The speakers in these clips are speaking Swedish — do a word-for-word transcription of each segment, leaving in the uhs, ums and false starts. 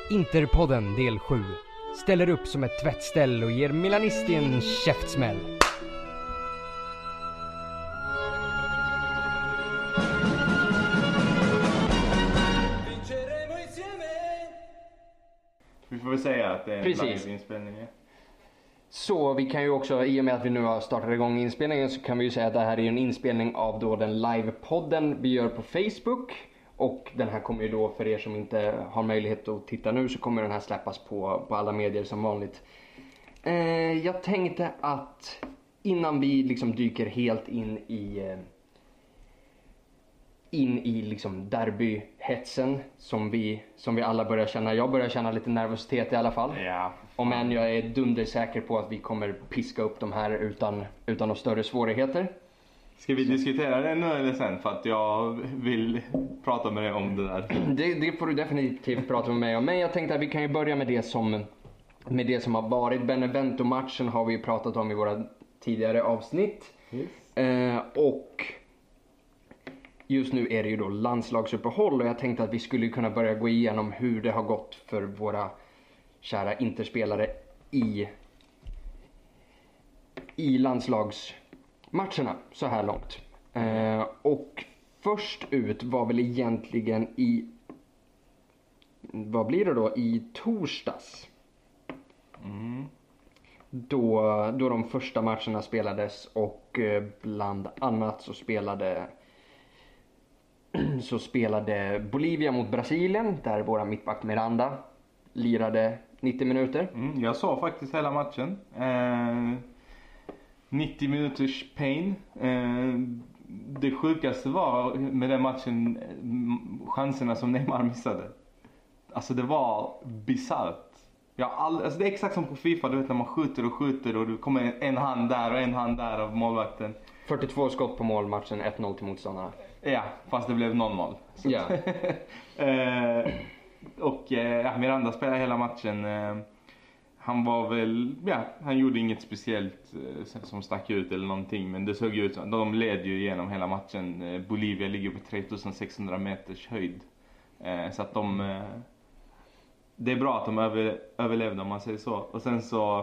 Interpodden del sju ställer upp som ett tvättställ och ger Milanisti en käftsmäll. Vi får väl säga att det är en live-inspelning. Så vi kan ju också, i och med att vi nu har startat igång inspelningen, så kan vi ju säga att det här är en inspelning av då den livepodden vi gör på Facebook. Och den här kommer ju då, för er som inte har möjlighet att titta nu, så kommer den här släppas på, på alla medier som vanligt. Eh, jag tänkte att innan vi liksom dyker helt in i eh, in i liksom derbyhetsen som vi, som vi alla börjar känna. Jag börjar känna lite nervositet i alla fall. Ja. Om än jag är dundersäker på att vi kommer piska upp de här utan, utan några större svårigheter. Ska vi diskutera det nu eller sen? För att jag vill prata med dig om det där. Det, det får du definitivt prata med mig om. Men jag tänkte att vi kan ju börja med det som, med det som har varit. Benevento-matchen har vi ju pratat om i våra tidigare avsnitt. Yes. Eh, och just nu är det ju då landslagsuppehåll. Och jag tänkte att vi skulle kunna börja gå igenom hur det har gått för våra kära interspelare i, i landslagsmatcherna så här långt. Eh, och först ut var väl egentligen i, vad blir det då, i torsdags. Mm. Då, då de första matcherna spelades och eh, bland annat så spelade så spelade Bolivia mot Brasilien, där våra mittback Miranda lirade nittio minuter. Mm, jag såg faktiskt hela matchen. Eh, nittio minuters pain. Eh, det sjukaste var med den matchen chanserna som Neymar missade. Alltså det var bizarrt. Ja, all, alltså det är exakt som på FIFA, du vet när man skjuter och skjuter och det kommer en hand där och en hand där av målvakten. fyrtiotvå skott på målmatchen, ett noll till motståndarna. Ja, fast det blev noll noll. Ja. eh, och eh, Miranda spelade hela matchen. Eh, han var väl, ja, han gjorde inget speciellt eh, som stack ut eller någonting. Men det såg ut som, de led ju igenom hela matchen. Eh, Bolivia ligger på tre tusen sexhundra meters höjd. Eh, så att de, eh, det är bra att de över, överlevde om man säger så. Och sen så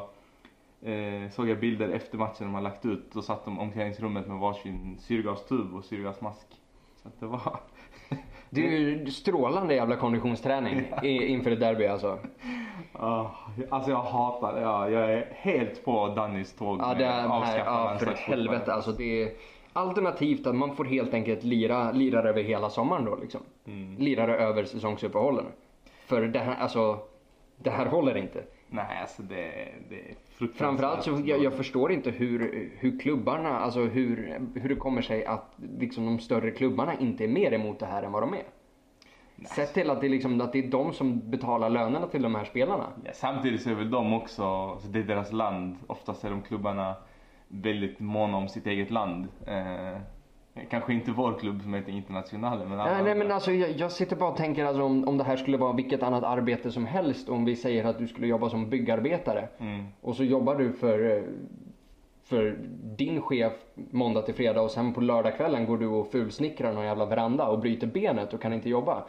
eh, såg jag bilder efter matchen de har lagt ut. Då satt de omklädningsrummet med varsin syrgastub och syrgasmask. Så att det var... Det är ju strålande jävla konditionsträning inför ett derby alltså. Uh, alltså jag hatar det. Ja, jag är helt på Dannys tåg. Ja, det är här, ja, för helvete. Alltså det är alternativt att man får helt enkelt lira, lira över hela sommaren då liksom. Mm. Lirare över säsongsuppehållen. För det här, alltså, det här håller inte. Nej, alltså det, det är fruktansvärt. Framförallt så jag, jag förstår inte hur, hur klubbarna, alltså hur, hur det kommer sig att liksom de större klubbarna inte är mer emot det här än vad de är. Nej. Sett till att det, är liksom, att det är de som betalar lönerna till de här spelarna. Ja, samtidigt så är väl de också, alltså det är deras land. Oftast är de klubbarna väldigt måna om sitt eget land. Eh, kanske inte vår klubb som heter Internationalen. Men nej, nej men alltså jag, jag sitter bara och tänker alltså, om, om det här skulle vara vilket annat arbete som helst. Om vi säger att du skulle jobba som byggarbetare. Mm. Och så jobbar du för, för din chef måndag till fredag. Och sen på lördagskvällen går du och fulsnickrar någon jävla veranda och bryter benet och kan inte jobba.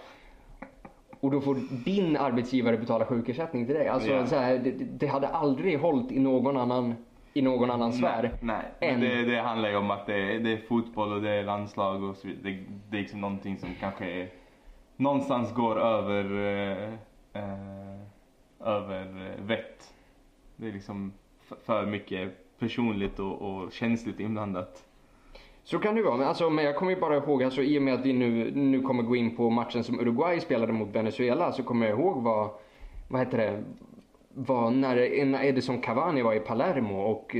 Och då får din arbetsgivare betala sjukersättning till dig. Alltså yeah. så här, det, det hade aldrig hållit i någon annan... i någon annan sfär. Nej, nej. Än... det, det handlar ju om att det, det är fotboll och det är landslag och så vidare. Det, det är liksom någonting som kanske är, någonstans går över eh, eh, över vett. Det är liksom för, för mycket personligt och, och känsligt inblandat. Så kan det vara, men, alltså, men jag kommer ju bara ihåg, alltså, i och med att vi nu, nu kommer gå in på matchen som Uruguay spelade mot Venezuela, så kommer jag ihåg vad, vad heter det, var när Edison Cavani var i Palermo och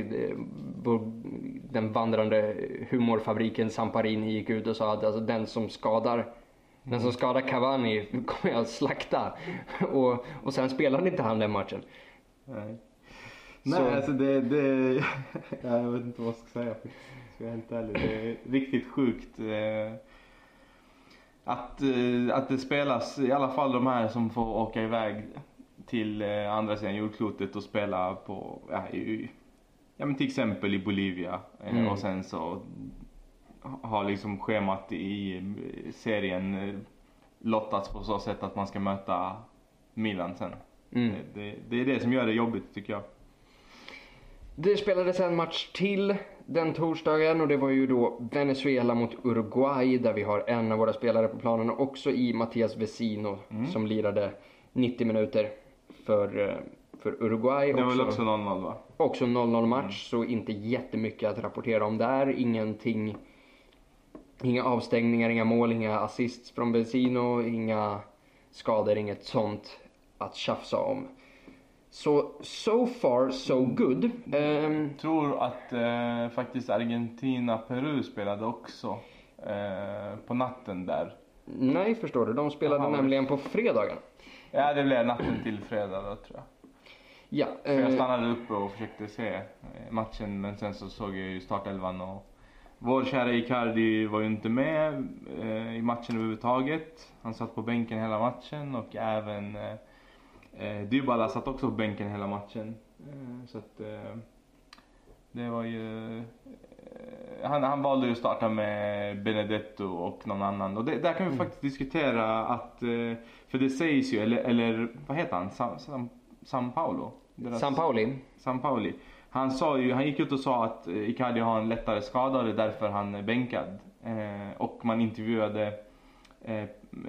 den vandrande humorfabriken Samparini gick ut och sa att alltså, den som skadar den som skadar Cavani kommer jag att slakta. och, och sen spelade inte han den matchen. Nej, Nej så... alltså det, det jag vet inte vad jag ska säga. Ska jag helt ärlig. Det är riktigt sjukt eh, att, eh, att det spelas, i alla fall de här som får åka iväg till eh, andra sidan jordklotet och spela på, ja, i, ja men till exempel i Bolivia. Eh, mm. Och sen så har liksom schemat i serien eh, lottats på så sätt att man ska möta Milan sen. Mm. Det, det, det är det som gör det jobbigt tycker jag. Det spelades en match till den torsdagen och det var ju då Venezuela mot Uruguay där vi har en av våra spelare på planen också i Mattias Vecino mm. som lirade nittio minuter för, för Uruguay. Det var också, väl också noll noll va? Också noll noll match mm. så inte jättemycket att rapportera om där. Ingenting, inga avstängningar, inga mål, inga assists från Vecino, inga skador, inget sånt att tjafsa om. Så, so far so good. Jag tror att eh, faktiskt Argentina-Peru spelade också eh, på natten där. Nej, förstår du. De spelade Aha, nämligen på fredagen. Ja, det blev natten till fredag då, tror jag. Ja. För jag stannade uppe och försökte se matchen, men sen så såg jag ju startelvan och vår kära Icardi var ju inte med eh, i matchen överhuvudtaget. Han satt på bänken hela matchen och även eh, Eh, Dybala satt också på bänken hela matchen. Eh, så att eh, det var ju... Eh, han, han valde ju att starta med Benedetto och någon annan. Och det, där kan vi mm. faktiskt diskutera att... Eh, för det sägs ju, eller, eller vad heter han? Sam, Sam, Sam Paulo? Deras, Sam Pauli. Sam Pauli. Han, sa ju, han gick ut och sa att eh, Icardi har en lättare skada och det är därför han är bänkad. Eh, och man intervjuade... Eh,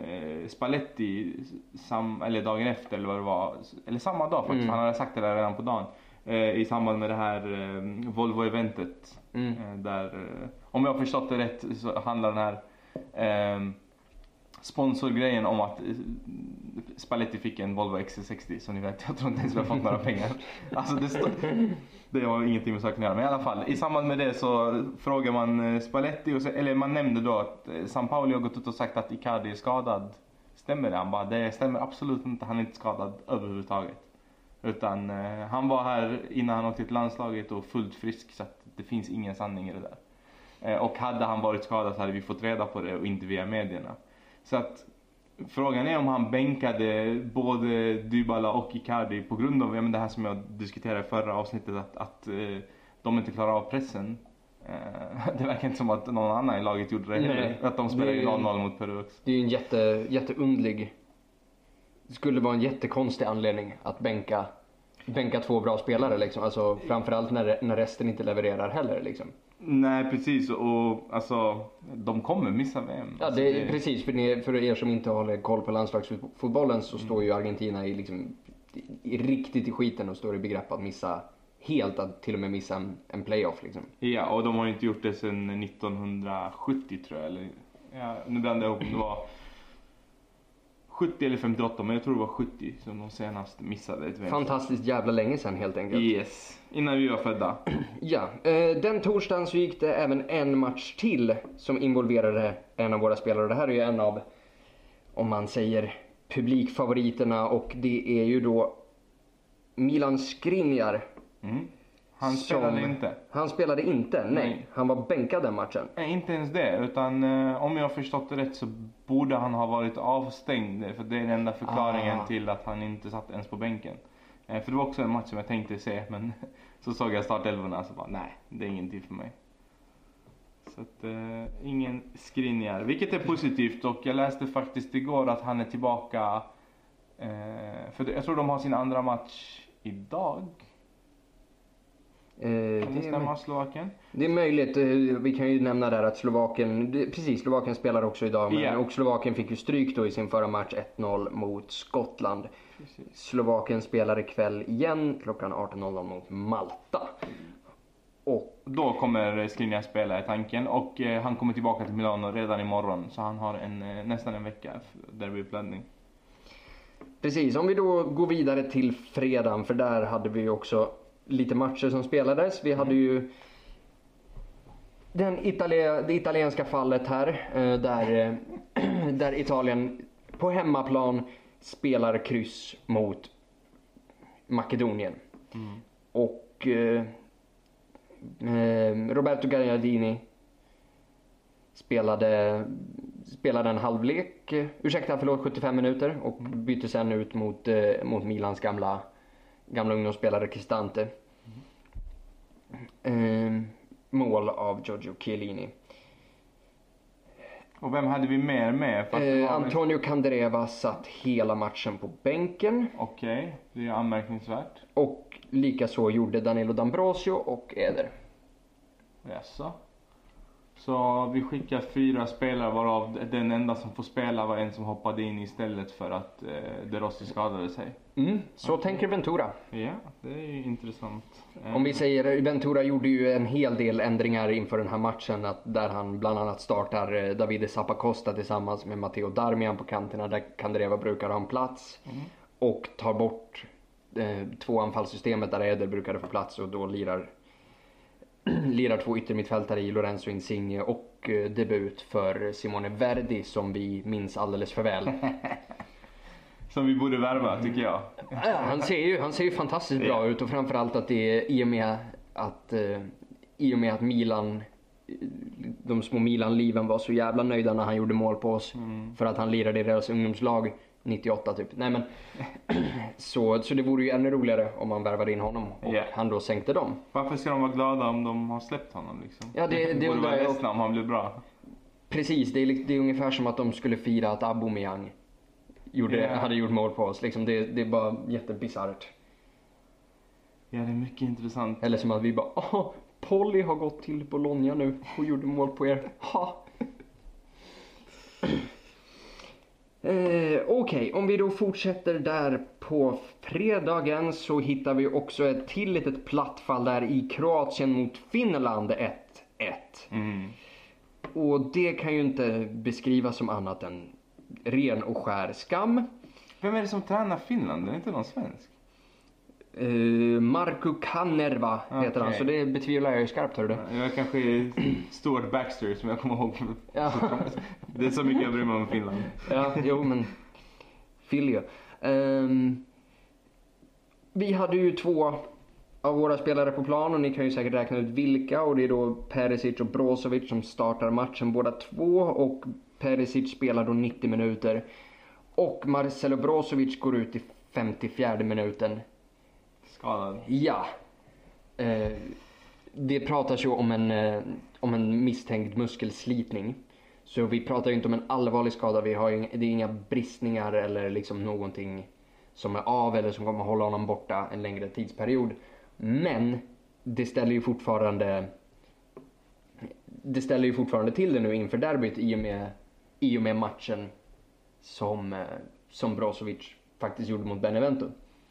Spalletti sam, eller dagen efter eller vad det var, eller samma dag faktiskt, mm. han hade sagt det där redan på dagen eh, i samband med det här eh, Volvo-eventet mm. eh, där, eh, om jag har förstått det rätt så handlar den här eh, sponsorgrejen om att eh, Spalletti fick en Volvo X C sextio, så ni vet, jag tror inte ens vi har fått några pengar. Alltså det, stod, det har ingenting med saken att göra, men i alla fall i samband med det så frågar man Spalletti och så, eller man nämnde då att San Pauli har gått ut och sagt att Icardi är skadad. Stämmer det? Han bara, det stämmer absolut inte, han är inte skadad överhuvudtaget. Utan eh, han var här innan han åkte till landslaget och fullt frisk, så att det finns ingen sanning i det där. Eh, och hade han varit skadad så hade vi fått reda på det och inte via medierna. Så att frågan är om han bänkade både Dybala och Icardi på grund av ja, men det här som jag diskuterade i förra avsnittet, att, att eh, de inte klarar av pressen. Eh, det verkar inte som att någon annan i laget gjorde det heller. Att de spelade noll noll mot Peru också. Det är ju en jätte, jätteundlig... Det skulle vara en jättekonstig anledning att bänka, bänka två bra spelare liksom. Alltså framförallt när, när resten inte levererar heller liksom. Nej, precis. Och alltså, de kommer missa V M. Ja, alltså, det, det... precis. För er, för er som inte håller koll på landslagsfotbollen så mm. står ju Argentina i, liksom, i, riktigt i skiten och står i begrepp att missa helt, att till och med missa en, en playoff liksom. Ja, och de har ju inte gjort det sedan nittonhundrasjuttio tror jag. Eller, ja, nu blandade jag ihop om det var sjuttio eller femtioåtta, men jag tror det var sjuttio som de senast missade ett V M. Fantastiskt jävla länge sedan helt enkelt. Yes, innan vi var födda. Ja, eh, den torsdagen så gick det även en match till som involverade en av våra spelare. Det här är ju en av, om man säger, publikfavoriterna, och det är ju då Milan Skriniar. Mm. Han spelade som, inte. Han spelade inte, nej. nej. Han var bänkad den matchen. Nej, inte ens det. Utan eh, om jag har förstått det rätt så borde han ha varit avstängd. För det är den enda förklaringen ah. till att han inte satt ens på bänken. Eh, för det var också en match som jag tänkte se. Men så såg jag startelvorna och så bara, nej, det är ingenting för mig. Så att eh, ingen Skriniar. Vilket är positivt, och jag läste faktiskt igår att han är tillbaka. Eh, för jag tror de har sin andra match idag. Eh, det, det stämmer, Slovakien. Det är möjligt. Vi kan ju nämna där att Slovakien, precis, Slovakien spelar också idag, men yeah. och Slovakien fick ju stryk då i sin förra match ett noll mot Skottland. Precis. Slovakien spelar ikväll igen klockan arton noll noll mot Malta. Och då kommer Skriniar spela i tanken, och eh, han kommer tillbaka till Milano redan imorgon, så han har en, eh, nästan en vecka derbyuppladdning. Precis, om vi då går vidare till fredagen, för där hade vi också lite matcher som spelades. Vi hade ju den Italia, det italienska fallet här eh, där, eh, där Italien på hemmaplan spelar kryss mot Makedonien. Mm. Och eh, eh, Roberto Gagliardini spelade, spelade en halvlek, eh, ursäkta förlåt, sjuttiofem minuter, och bytte sen ut mot, eh, mot Milans gamla gamla ungdomsspelare Cristante. Mm. Eh, mål av Giorgio Chiellini. Och vem hade vi mer med? För att det Eh, var- Antonio Candreva satt hela matchen på bänken. Okej, det är anmärkningsvärt. Och likaså gjorde Danilo D'Ambrosio och Eder. Jaså. Så vi skickar fyra spelare varav den enda som får spela var en som hoppade in istället för att eh, De Rossi skadade sig. Mm, så tänker Ventura. Ja, det är ju intressant. Eh, Om vi säger, Ventura gjorde ju en hel del ändringar inför den här matchen. Att där han bland annat startar eh, Davide Zappacosta tillsammans med Matteo Darmian på kanterna. Där Candreva brukar ha en plats. Mm. Och tar bort eh, två anfallssystemet där Eder brukade få plats. Och då lirar, lirar två yttermittfältare i Lorenzo Insigne. Och eh, debut för Simone Verdi som vi minns alldeles för väl. Som vi borde värva, tycker jag. Ja, han ser ju, han ser ju fantastiskt bra ut och framförallt att det är i och med att, eh, i och med att Milan, de små Milan-liven var så jävla nöjda när han gjorde mål på oss. Mm. För att han lirade i deras ungdomslag nittioåtta typ. Nej men, så, så det vore ju ännu roligare om man värvade in honom och Yeah. han då sänkte dem. Varför ska de vara glada om de har släppt honom liksom? Ja, det- det borde undrar vara jag ledsna om han blir bra. Precis, det är, li- det är ungefär som att de skulle fira att Aubameyang gjorde, Yeah. hade gjort mål på oss. Liksom det, det är bara jättebisarrt. Ja, det är mycket intressant. Eller som att vi bara, åh, Polly har gått till Bologna nu och gjorde mål på er. Ha. Eh, Okej, okay. Om vi då fortsätter där på fredagen så hittar vi också ett till litet plattfall där i Kroatien mot Finland ett ett. Mm. Och det kan ju inte beskrivas som annat än ren och skär skam. Vem är det som tränar Finland? Det är inte någon svensk. Eh, Marko Kanerva heter han, Okej. så det betvivlar jag ju skarpt, hör du. Jag kanske är Stuart Baxter som jag kommer ihåg. Ja. Det är så mycket jag bryr mig om Finland. Ja, jo men Filio. Um, vi hade ju två av våra spelare på plan och ni kan ju säkert räkna ut vilka. Och det är då Perisic och Brozovic som startar matchen båda två. Och Perisic spelar då nittio minuter. Och Marcelo Brozovic går ut i femtiofjärde minuten. Skadad. Ja. Eh, det pratas ju om en, eh, om en misstänkt muskelslitning. Så vi pratar ju inte om en allvarlig skada. Vi har ju inga, det är inga bristningar eller liksom någonting som är av eller som kommer hålla honom borta en längre tidsperiod. Men det ställer ju fortfarande det ställer ju fortfarande till det nu inför derbyt i och med, i och med matchen som, eh, som Brozovic faktiskt gjorde mot Benevento.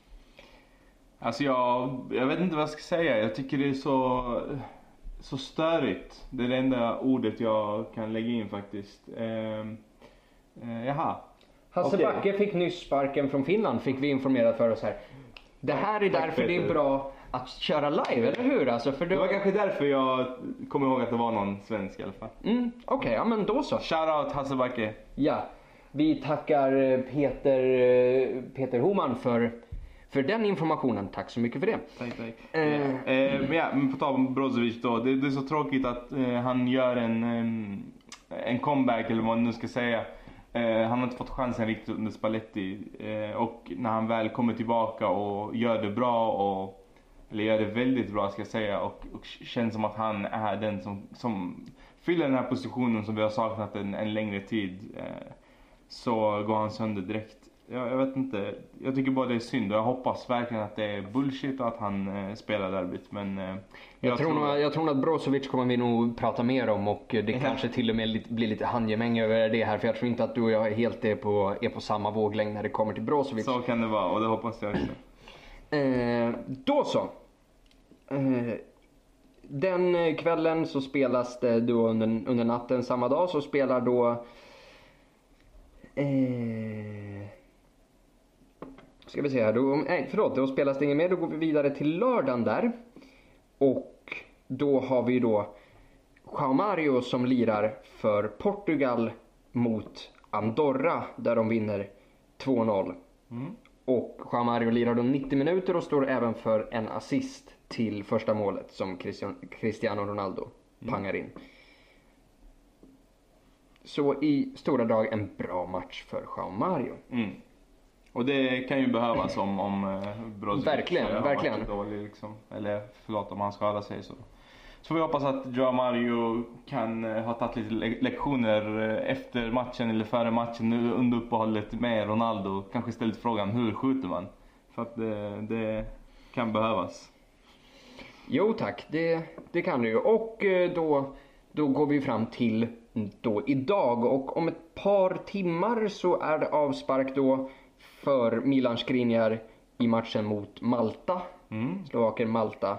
Alltså jag, jag vet inte vad jag ska säga. Jag tycker det är så, så störigt. Det är det enda ordet jag kan lägga in faktiskt. Ehm, eh, jaha. Hasse Okej. Backe fick nyss sparken från Finland, fick vi informerat för oss här. Det här är Tack, därför det är Peter. bra att köra live, eller hur? Alltså, för Det då... var kanske därför jag kommer ihåg att det var någon svensk i alla fall. Mm, okej, ja men då så. Shoutout Hasse Backe. Ja, vi tackar eh, Peter, eh, Peter Homan för, för den informationen. Tack så mycket för det. Tack, tack. Eh. Eh, men ja, men på tal om Brozovic då. Det, det är så tråkigt att eh, han gör en, em, en comeback eller vad man nu ska säga. Eh, han har inte fått chansen riktigt under Spalletti. Eh, och när han väl kommer tillbaka och gör det bra och eller gör det väldigt bra ska jag säga och, och känns som att han är den som, som fyller den här positionen som vi har saknat en, en längre tid. Eh, så går han sönder direkt. Jag, jag vet inte, jag tycker bara det är synd och jag hoppas verkligen att det är bullshit och att han eh, spelar derbyt men eh, Jag, jag tror nog, jag tror nog att Brozovic kommer vi nog prata mer om och det Ja. kanske till och med lite, blir lite handgemäng över det här. För jag tror inte att du och jag är helt är på, är på samma våglängd när det kommer till Brozovic. så kan det vara och det hoppas jag också. Eh, då så. Eh, den kvällen så spelas det då under, under natten samma dag så spelar då eh, ska vi se här då, nej förlåt, då spelas det inget mer. Då går vi vidare till lördagen där och då har vi då João Mario som lirar för Portugal mot Andorra där de vinner två noll. Mm. Och João Mario lirar då nittio minuter och står även för en assist till första målet som Cristiano, Cristiano Ronaldo pangar in. Så i stora drag en bra match för João Mario. Mm. Och det kan ju behövas om, om eh, Brozovic Verkligen, har verkligen. varit dålig liksom. Eller förlåt om han skadar sig så. Så vi hoppas att Joao Mario kan ha tagit lite le- lektioner efter matchen eller före matchen under uppehållet med Ronaldo. Kanske ställt frågan hur skjuter man? För att det, det kan behövas. Jo tack, det, det kan du ju. Och då, då går vi fram till då idag. Och om ett par timmar så är det avspark då för Milan Skriniar i matchen mot Malta. Mm. Slovakien-Malta.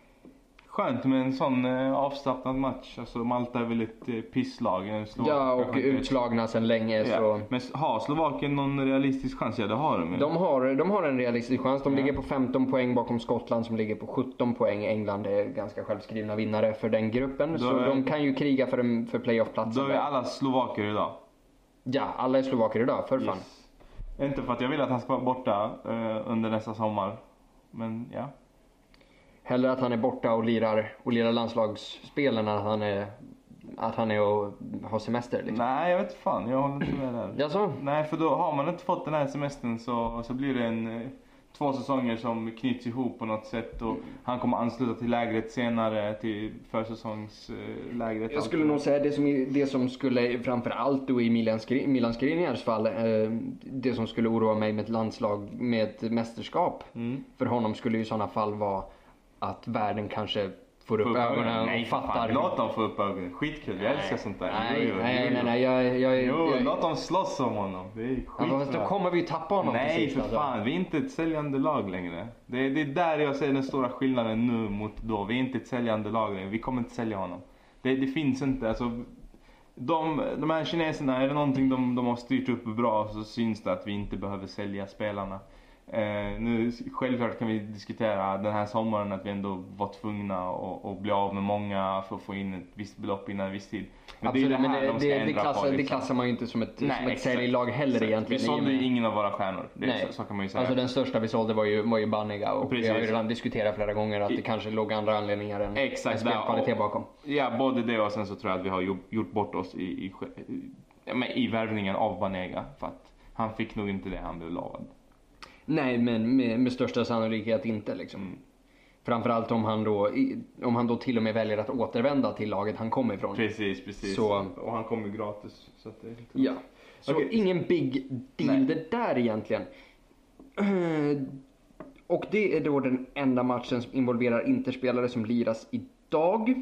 Skönt med en sån eh, avslappnad match. Alltså Malta är väl ett eh, pisslag. Ja, och utslagna sedan länge. Ja. Så... Men har Slovakien någon realistisk chans? Ja, det har de. De har, de har en realistisk chans. De Ja. ligger på femton poäng bakom Skottland som ligger på sjutton poäng. England är ganska självskrivna vinnare för den gruppen. Då så är... de kan ju kriga för, en, för playoff-platsen. Då är alla slovaker idag. Ja, alla är slovaker idag, för fan. Yes. Inte för att jag vill att han ska vara borta eh, under nästa sommar. Men ja. Hellre att han är borta och lirar, och lirar landslagsspel än att han är, att han är och har semester liksom. Nej, jag vet fan. Jag håller inte med där. Jaså? Nej, för då har man inte fått den här semestern så, så blir det en eh, två säsonger som knyts ihop på något sätt. Och han kommer ansluta till lägret senare, till försäsongslägret. Jag skulle nog säga det som, det som skulle, framförallt då i Milan, Skri, Milan Skriniars fall, eh, det som skulle oroa mig med ett landslag, med ett mästerskap. Mm. För honom skulle ju i sådana fall vara att världen kanske får upp, Få upp ögonen Nej, och fattar. fan, låt dem få upp ögonen. Skitkul, jag älskar sånt där. Nej, Jo, jo, nej, jo, nej, jo. nej, jag, jag, Jo, jag, låt dem slåss om honom. Det är ja, fast då skitbra. kommer vi ju tappa honom till Nej, sist, för alltså. fan. Vi är inte ett säljande lag längre. Det är, det är där jag ser den stora skillnaden nu mot då. Vi är inte ett säljande lag längre. Vi kommer inte sälja honom. Det, det finns inte. Alltså, de, de här kineserna, är det någonting de, de har styrt upp bra så syns det att vi inte behöver sälja spelarna. Eh, nu, självklart kan vi diskutera den här sommaren att vi ändå var tvungna att, att bli av med många för att få in ett visst belopp innan en viss tid. Men Absolut, det är det här men det, de ska det, det, ändra klassar, på. det Liksom. klassar man ju inte som ett, Nej, som ett exakt, säljlag heller exakt. egentligen. Vi sålde I och ju med- ingen av våra stjärnor. Det är Nej. så, så kan man ju säga. Alltså den största vi sålde var ju, var ju Banega och Precis. vi har ju redan diskuterat flera gånger att I- det kanske låg andra anledningar än, Exakt, än spelkvalitet och- bakom. Ja, både det och sen så tror jag att vi har gjort, gjort bort oss i, i, i, men i värvningen av Banega. För att han fick nog inte det han blev lovad. Nej, men med, med största sannolikhet inte liksom. Mm. Framförallt om han, då, i- om han då till och med väljer att återvända till laget han kommer ifrån. Precis, precis. Så- Och han kom ju gratis. Så att det är helt Ja, så Okej. ingen big deal Nej. det där egentligen. Eh, Och det är då den enda matchen som involverar interspelare som liras idag.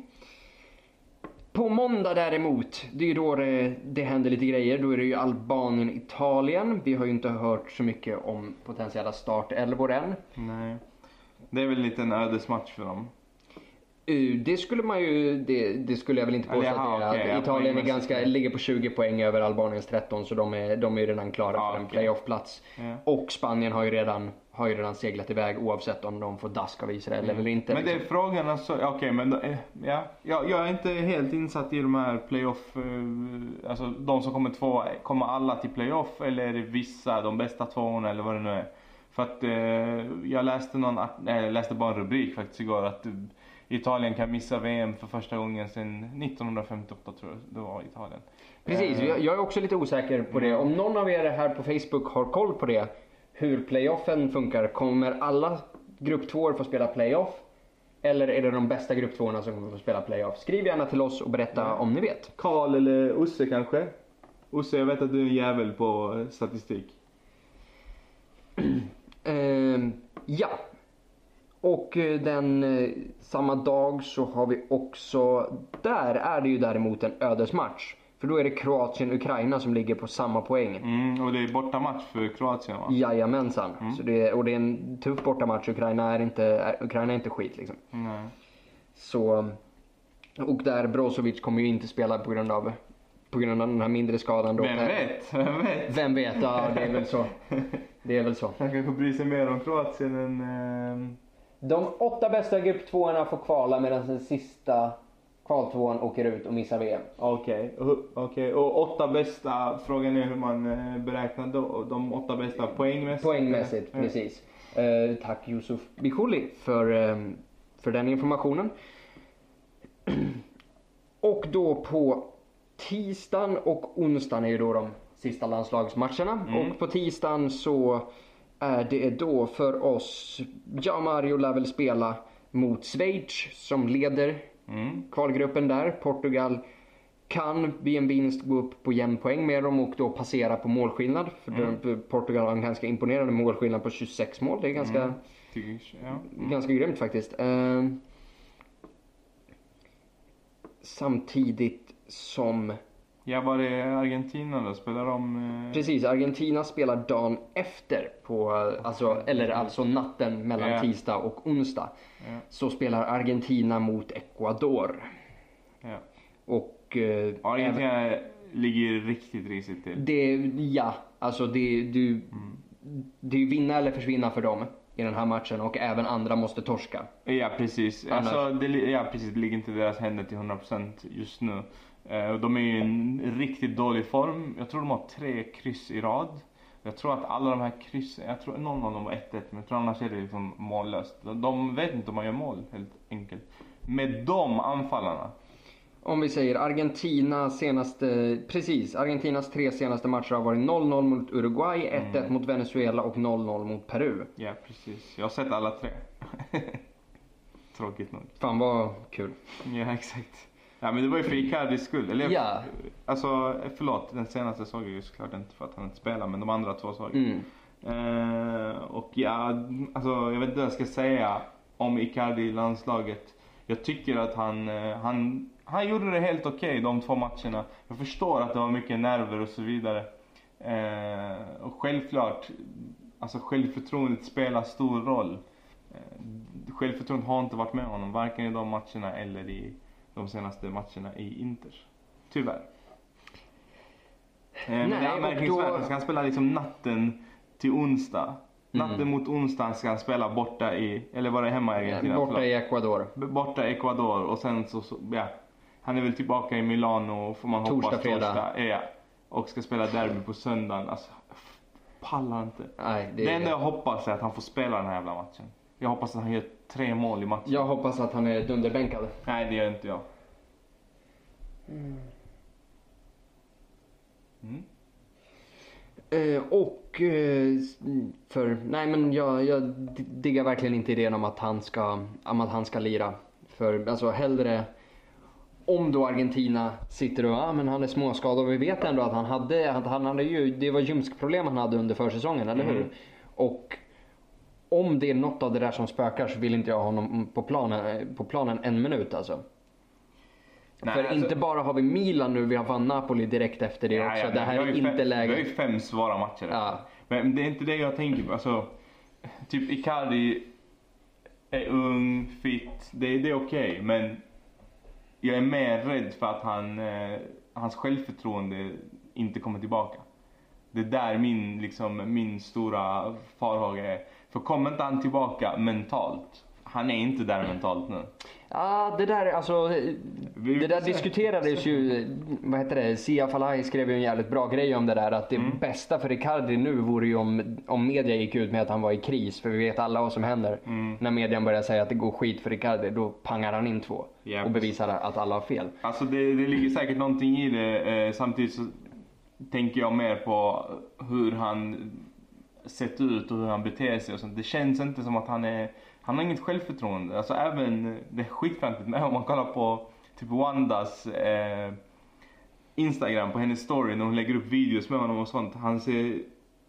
På måndag däremot, det är ju då det, det händer lite grejer. Då är det ju Albanien, Italien. Vi har ju inte hört så mycket om potentiella startelvor än. Nej. Det är väl en liten ödesmatch för dem. Uh, Det skulle man ju, det, det skulle jag väl inte påstå Eller, att det jaha, är. okej, ja, Italien är poängmässigt. ganska, ligger på tjugo poäng över Albaniens tretton, så de är, de är ju redan klara Ja, för en okej. playoff-plats. Ja. Och Spanien har ju, redan, har ju redan seglat iväg oavsett om de får dask av Israel eller inte. Men det är liksom. frågan alltså, ja, okej men då, eh, ja, jag, jag är inte helt insatt i de här playoff, eh, alltså de som kommer två, kommer alla till playoff eller är det vissa, de bästa tvåorna eller vad det nu är? För att eh, jag läste någon, nej, jag läste bara en rubrik faktiskt igår att eh, Italien kan missa V M för första gången sedan nittonhundrafemtioåtta tror jag det var Italien. Precis, Eh, jag, jag är också lite osäker på det. Om någon av er här på Facebook har koll på det, hur playoffen funkar, kommer alla grupp tvåor få spela playoff? Eller är det de bästa grupp tvåorna som kommer få spela playoff? Skriv gärna till oss och berätta Mm. om ni vet. Karl eller Osse kanske? Osse, jag vet att du är en jävel på eh, statistik. Ehm, ja. Och eh, den eh, samma dag så har vi också, där är det ju däremot en ödesmatch. För då är det Kroatien-Ukraina som ligger på samma poäng. Mm, och det är bortamatch för Kroatien va? Jajamensan. Mm. Så det är, och det är en tuff bortamatch. Ukraina är inte, är, Ukraina är inte skit liksom. Nej. Så, och där Brozovic kommer ju inte spela på grund av, på grund av den här mindre skadan då. Vem vet? Vem vet? Vem vet? Ja, det är väl så. Det är väl så. Han kanske bryr sig mer om Kroatien än... Eh... De åtta bästa grupp tvåorna får kvala medan den sista kvaltvåan åker ut och missar V M. Okej, okay. okay. Och åtta bästa, frågan är hur man eh, beräknar då, de åtta bästa poängmässigt? Poängmässigt, Ja. precis. Eh, tack Yusuf Bikuli för, eh, för den informationen. Och då på tisdagen och onsdagen är ju då de sista landslagsmatcherna. Mm. Och på tisdagen så är det då för oss, ja Mario lär väl spela mot Schweiz som leder Mm. Kvalgruppen där, Portugal kan vid en vinst gå upp på jämn poäng med dem och då passera på målskillnad. För mm. Portugal har en ganska imponerande målskillnad på tjugosex mål. Det är ganska, mm. ja. mm. ganska grymt faktiskt. Eh, samtidigt som... Ja, var det Argentina då? Spelar de... Eh... Precis, Argentina spelar dagen efter på, alltså, eller alltså natten mellan yeah. tisdag och onsdag. Yeah. Så spelar Argentina mot Ecuador. Yeah. Och eh, Argentina även, ligger riktigt risigt till. Det, ja, alltså det, du, mm. det är vinna eller försvinna för dem i den här matchen och även andra måste torska. Ja, precis. Alltså, det, ja, precis. Det ligger inte i deras händer till hundra procent just nu. De är i en riktigt dålig form. Jag tror de har tre kryss i rad. Jag tror att alla de här kryss, jag tror någon av dem var ett ett, men jag tror annars är det liksom mållöst. De vet inte om man gör mål, helt enkelt. Med de anfallarna. Om vi säger Argentina senaste, precis, Argentinas tre senaste matcher har varit noll noll mot Uruguay, ett ett mm. mot Venezuela och noll noll mot Peru. Ja, precis. Jag har sett alla tre. Tråkigt nog. Fan vad kul. Ja, exakt. Ja, men det var ju för Icardis skull. Eller, ja. Alltså, förlåt, den senaste såg jag ju såklart inte för att han inte spelar, men de andra två såg jag. Mm. Uh, och ja, alltså, jag vet inte vad jag ska säga om Icardi i landslaget. Jag tycker att han, uh, han, han gjorde det helt okej okay, de två matcherna. Jag förstår att det var mycket nerver och så vidare. Uh, och självklart, alltså självförtroendet spelar stor roll. Uh, självförtroendet har inte varit med honom, varken i de matcherna eller i de senaste matcherna i Inter. Tyvärr. Eh, men Nej, det är anmärkningsvärt. Han ska spela liksom natten till onsdag. Natten mm. mot onsdag ska han spela borta i, eller var det hemma i Argentina? Borta i Ecuador. Borta i Ecuador och sen så, så ja. Han är väl tillbaka i Milano, får man torsdag, hoppas fredag. torsdag. Ja. Och ska spela derby på söndagen. Alltså, pallar inte. Nej, det, det enda jag hoppas är att han får spela den här jävla matchen. Jag hoppas att han gör tre mål i matchen. Jag hoppas att han är dunderbänkad. Nej, det gör inte jag. Mm. Mm. Eh, och eh, för nej men jag, jag diggar verkligen inte idén om att han ska om att han ska lira. För alltså hellre om då Argentina sitter och ja men han är småskadad och vi vet ändå att han hade att han hade ju det var ljumskproblem han hade under försäsongen, eller hur? Mm. Och om det är något av det där som spökar så vill inte jag ha honom på planen på planen en minut alltså. Nej, för alltså, inte bara har vi Milan nu, vi har van Napoli direkt efter det ja, också. Ja, det här är inte fem, läge. Vi har ju fem svåra matcher. Ja. Men det är inte det jag tänker på. Alltså, typ Icardi är ung, fit. Det, det är okej. Okay, men jag är mer rädd för att han, eh, hans självförtroende inte kommer tillbaka. Det är där min, liksom, min stora farhåga är. För kommer inte han tillbaka mentalt? Han är inte där mentalt nu. Ja, det där alltså det där diskuterades ju, vad heter det, Sia Falai skrev ju en jävligt bra grej om det där, att det mm. bästa för Icardi nu vore ju om, om media gick ut med att han var i kris, för vi vet alla vad som händer mm. när median börjar säga att det går skit för Icardi, då pangar han in två yep. och bevisar att alla har fel. Alltså det, det ligger säkert någonting i det, eh, samtidigt så tänker jag mer på hur han sett ut och hur han beter sig och sånt. Det känns inte som att han är Han har inget självförtroende. Alltså även, det är skitfrantigt med om man kollar på typ Wandas eh, Instagram på hennes story när hon lägger upp videos med honom och sånt. Han ser,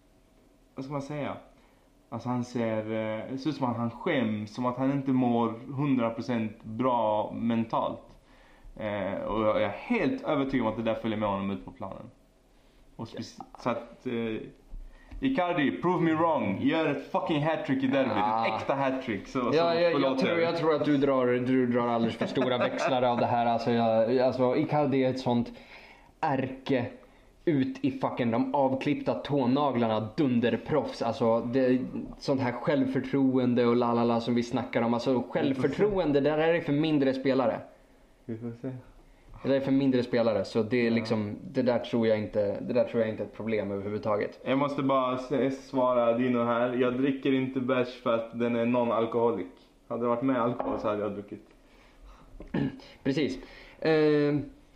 vad ska man säga? Alltså han ser, eh, det ser ut som att han skäms, som att han inte mår hundra procent bra mentalt. Eh, och jag är helt övertygad om att det där följer med honom ut på planen. Och yes. Så att... Eh, Icardi, prove me wrong. Gör ett fucking hattrick i derbyt. Ja. Ett äkta hattrick. Så, ja, så jag, jag, tror, jag tror att du drar, du drar alldeles för stora växlar av det här. Alltså, jag, alltså Icardi är ett sånt ärke ut i fucking de avklippta tånaglarna dunderproffs. Alltså det, sånt här självförtroende och lalala som vi snackar om. Alltså självförtroende, där är det för mindre spelare. Vi får se. Det är för mindre spelare, så det är liksom, det där tror jag inte, det där tror jag inte är ett problem överhuvudtaget. Jag måste bara svara Dino här. Jag dricker inte bärs för att den är non-alkoholik. Hade det varit med alkohol så hade jag druckit. Precis. Eh,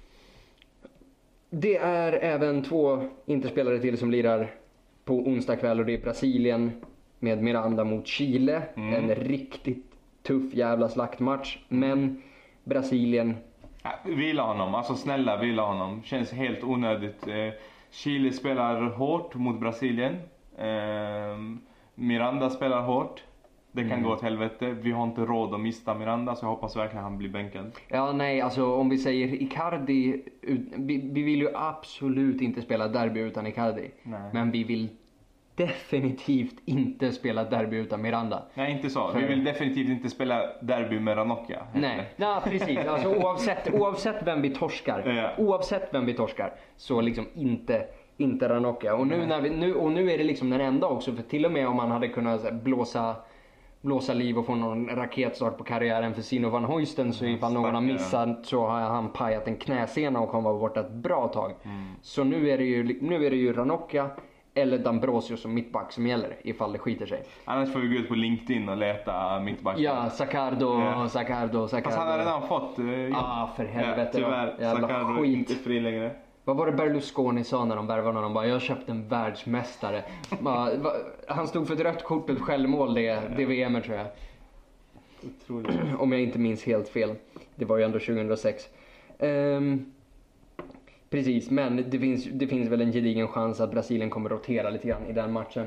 det är även två interspelare till som lirar på onsdag kväll, och det är Brasilien med Miranda mot Chile. Mm. En riktigt tuff jävla slaktmatch, men Brasilien. Ja, vila honom, alltså snälla vila honom. Känns helt onödigt. Eh, Chile spelar hårt mot Brasilien. Eh, Miranda spelar hårt. Det kan mm. gå åt helvete. Vi har inte råd att mista Miranda, så jag hoppas verkligen han blir bänkad. Ja, nej, alltså om vi säger Icardi, vi, vi vill ju absolut inte spela derby utan Icardi. Nej. Men vi vill definitivt inte spela derby utan Miranda. Nej, inte så. För... Vi vill definitivt inte spela derby med Ranocchia. Nej, nej, precis. Alltså, oavsett, oavsett vem vi torskar, ja. oavsett vem vi torskar, så liksom inte, inte Ranocchia. Och nu, när vi, nu, och nu är det liksom den enda också, för till och med om man hade kunnat blåsa blåsa liv och få någon raketstart på karriären för Sino van Huysten, så ifall någon har missat så har han pajat en knäsena och kommer vara borta ett bra tag. Mm. Så nu är det ju, nu är det ju Ranocchia eller D'Ambrosio som mittback som gäller ifall det skiter sig. Annars får vi gå ut på LinkedIn och leta mittback. Ja, Saccardo, ja. Saccardo, Saccardo. Fast han har redan fått uh, Ja, ah, för helvete. Ja, tyvärr, jävla Saccardo skit. är inte fri längre. Vad var det Berlusconi sa när de värvade honom? Bara, jag köpte en världsmästare. Han stod för ett rött kort, ett självmål det, det V M tror jag. Otroligt. Om jag inte minns helt fel. Det var ju ändå tjugohundrasex. Um, precis, men det finns, det finns väl en gedigen chans att Brasilien kommer rotera lite grann i den matchen.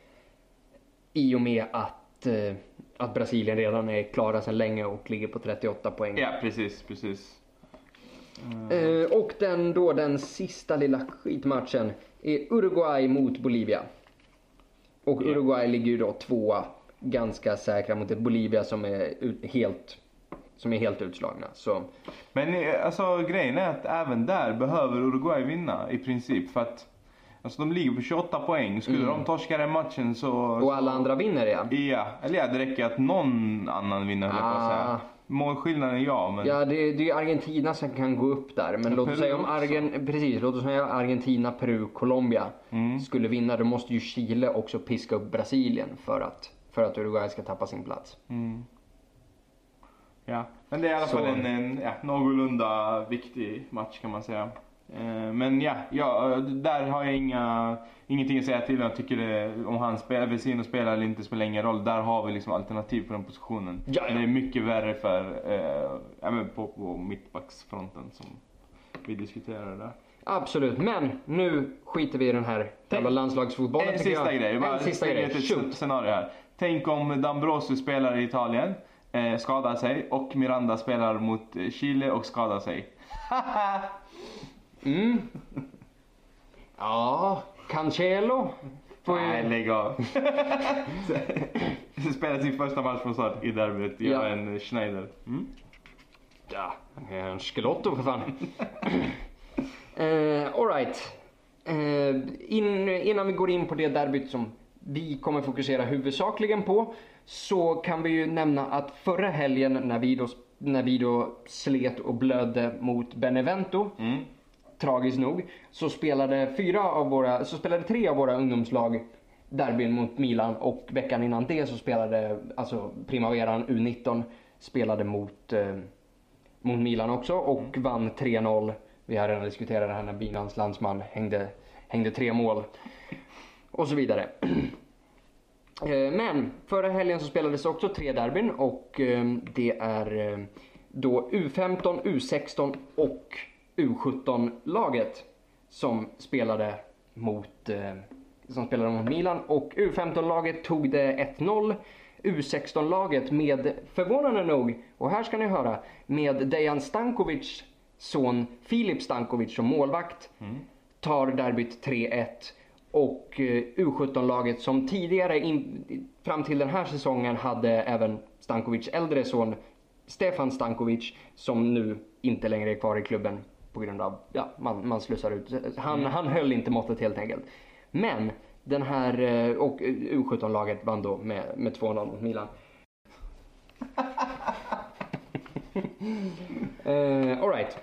I och med att, uh, att Brasilien redan är klara sedan länge och ligger på trettioåtta poäng. Ja, precis, precis. Mm. Uh, och den, då, den sista lilla skitmatchen är Uruguay mot Bolivia. Och yeah. Uruguay ligger ju då tvåa, ganska säkra mot ett Bolivia som är ut, helt som är helt utslagna. Så. Men alltså grejen är att även där behöver Uruguay vinna i princip, för att alltså, de ligger på tjugoåtta poäng. Skulle mm. de torska den matchen så... Och alla så, andra vinner ja. Ja, eller ja, det räcker att någon annan vinner. Ah. Målskillnaden ja, men... Ja, det, det är Argentina som kan gå upp där. Men låt oss säga om Argen... Precis, låt oss säga Argentina, Peru, Colombia mm. skulle vinna. Då måste ju Chile också piska upp Brasilien för att, för att Uruguay ska tappa sin plats. Mm. Ja, men det är i alla fall en, en ja, någorlunda viktig match kan man säga. Eh, men ja, ja, där har jag inga, ingenting att säga till. Jag tycker det, om han spelar, Vecino spelar eller inte spelar ingen roll. Där har vi liksom alternativ på den positionen. Ja, ja. Det är mycket värre för eh, ja, men på, på mittbacksfronten som vi diskuterar där. Absolut, men nu skiter vi i den här jävla landslagsfotbollen. En sista jag. grej, bara en sista grej. Ett scenario här. Tänk om D'Ambrosio spelar i Italien, eh, skadar sig, och Miranda spelar mot Chile och skadar sig. Mm. Ja, Cancelo. Nej, lägg av. Spelar sin första match från start i derbyt. Gör ja. en Schneider. Mm? Ja, en Schelotto för fan. uh, Alright. Uh, in, innan vi går in på det derbyt som vi kommer fokusera huvudsakligen på, så kan vi ju nämna att förra helgen när vi då, när vi då slet och blödde mot Benevento, mm. tragiskt nog, så spelade fyra av våra, så spelade tre av våra ungdomslag derbyn mot Milan, och veckan innan det så spelade alltså Primaveran U nitton spelade mot eh, mot Milan också och mm. vann tre noll. Vi har redan diskuterat det här när Milans landsman hängde hängde tre mål och så vidare. eh, men förra helgen så spelades också tre derbyn, och eh, det är eh, då U femton, U sexton och U sjutton-laget som spelade mot eh, som spelade mot Milan, och U femton-laget tog det ett noll. U sexton-laget med, förvånande nog, och här ska ni höra, med Dejan Stankovic son Filip Stankovic som målvakt mm. tar derbyt tre ett, och eh, U sjutton-laget som tidigare in, fram till den här säsongen hade även Stankovic äldre son Stefan Stankovic, som nu inte längre är kvar i klubben på grund av, ja, man, man slussar ut. Han, mm. han höll inte måttet helt enkelt. Men den här, och U sjutton-laget vann då med, med två noll mot Milan. uh, all right.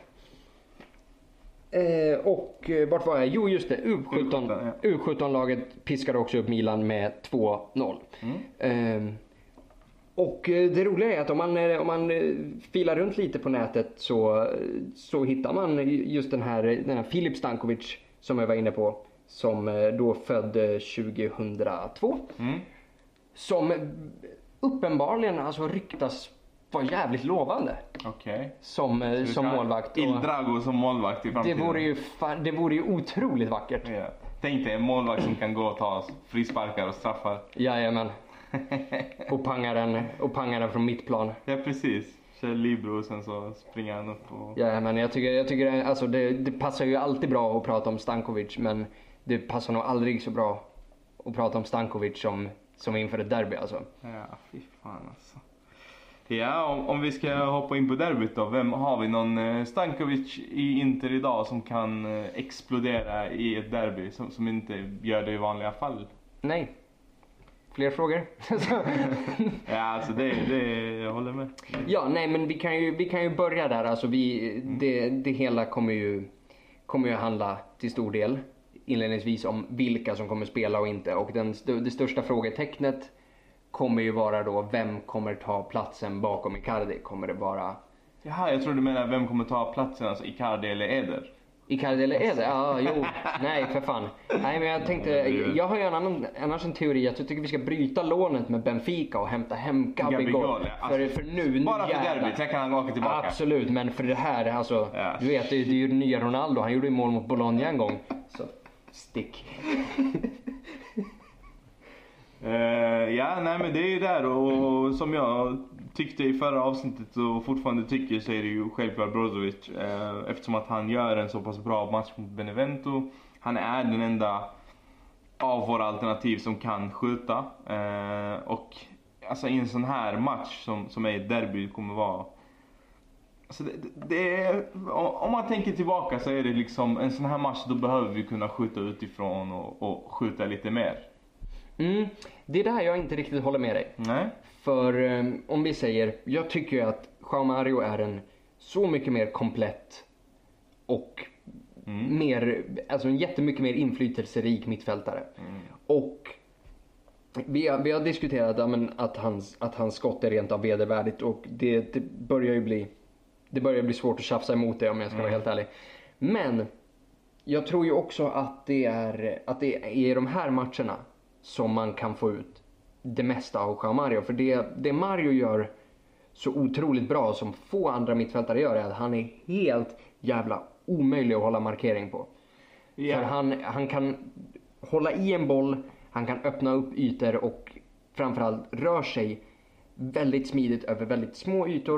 Uh, och uh, vart var jag? Jo, just det. U sjutton, ja. U sjutton-laget piskade också upp Milan med två noll. Mm. Uh, Och det roliga är att om man, om man filar runt lite på nätet så, så hittar man just den här, den här Filip Stankovic som jag var inne på, som då född tjugohundratvå. Mm. Som uppenbarligen alltså ryktas var jävligt lovande. Okej. Okay. Som, eh, som målvakt. Il Drago som målvakt i framtiden. Det vore ju, fa- det vore ju otroligt vackert. Ja. Tänk dig en målvakt som kan gå och ta frisparkar och straffar. Jajamän. Och pangar den, och pangar den från mittplan. Ja, precis. Kör libero och sen så springer han upp. Och... Ja, men jag tycker, jag tycker alltså det, det passar ju alltid bra att prata om Stankovic. Men det passar nog aldrig så bra att prata om Stankovic som, som inför ett derby alltså. Ja, fy fan alltså. Ja, om, om vi ska hoppa in på derbyt då. Vem har vi någon eh, Stankovic i Inter idag som kan eh, explodera i ett derby som, som inte gör det i vanliga fall? Nej. Fler frågor? Ja, alltså det, det jag håller med. Ja, nej men vi kan ju, vi kan ju börja där. Alltså vi, det, det hela kommer ju, kommer ju handla till stor del inledningsvis om vilka som kommer spela och inte. Och den, det största frågetecknet kommer ju vara då, vem kommer ta platsen bakom Icardi? Kommer det vara... Jaha, jag tror du menar vem kommer ta platsen, alltså Icardi eller Eder? Icardi eller Eder? Ja, jo. Nej, för fan. Nej, men jag tänkte, jag har ju en annan, annars en teori att jag tycker vi ska bryta lånet med Benfica och hämta hem Gabigol. Ja. För, för nu, bara nu för derbyt, sen kan han åka tillbaka. Absolut, men för det här, alltså, ja. Du vet, det är ju nya Ronaldo. Han gjorde ju mål mot Bologna en gång. Så, stick. Uh, ja, nej men det är ju där och som jag tyckte i förra avsnittet och fortfarande tycker så är det ju självklart Brozovic uh, eftersom att han gör en så pass bra match mot Benevento. Han är den enda av våra alternativ som kan skjuta uh, och alltså i en sån här match som, som är ett derby kommer vara alltså det, det är, om man tänker tillbaka så är det liksom en sån här match då behöver vi kunna skjuta utifrån och, och skjuta lite mer. Mm, det är där jag inte riktigt håller med dig. Nej. För um, om vi säger, jag tycker ju att João Mario är en så mycket mer komplett och mm. mer, alltså en jättemycket mer inflytelserik mittfältare. Mm. Och vi har, vi har diskuterat ja, men, att, hans, att hans skott är rent av vedervärdigt och det, det börjar ju bli det börjar bli svårt att tjafsa emot det om jag ska vara mm. helt ärlig. Men jag tror ju också att det är att det är i de här matcherna som man kan få ut det mesta av João Mario. För det, det Mario gör så otroligt bra som få andra mittfältare gör är att han är helt jävla omöjlig att hålla markering på. Yeah. För han, han kan hålla i en boll, han kan öppna upp ytor och framförallt rör sig väldigt smidigt över väldigt små ytor.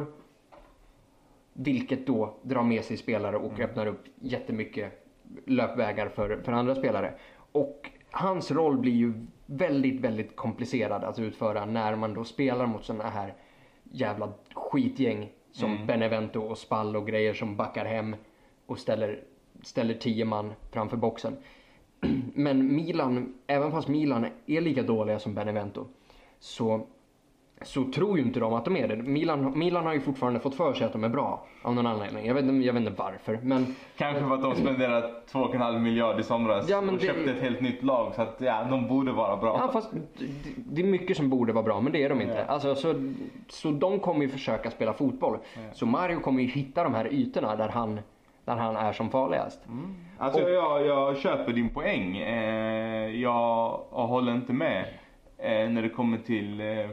Vilket då drar med sig spelare och mm. öppnar upp jättemycket löpvägar för, för andra spelare. Och hans roll blir ju väldigt, väldigt komplicerad att utföra när man då spelar mot sådana här jävla skitgäng som mm. Benevento och Spall och grejer som backar hem och ställer, ställer tio man framför boxen. Men Milan, även fast Milan är lika dåliga som Benevento så, så tror ju inte de att de är det. Milan, Milan har ju fortfarande fått för sig att de är bra av någon anledning. Jag vet, jag vet inte varför. Men, kanske för att de spenderat två komma fem miljard i somras ja, och det, köpte ett helt nytt lag. Så att ja, de borde vara bra. Ja, fast det, det är mycket som borde vara bra, men det är de inte. Ja. Alltså, så, så de kommer ju försöka spela fotboll. Ja. Så Mario kommer ju hitta de här ytorna där han, där han är som farligast. Mm. Alltså och, jag, jag köper din poäng. Eh, jag, jag håller inte med eh, när det kommer till... Eh,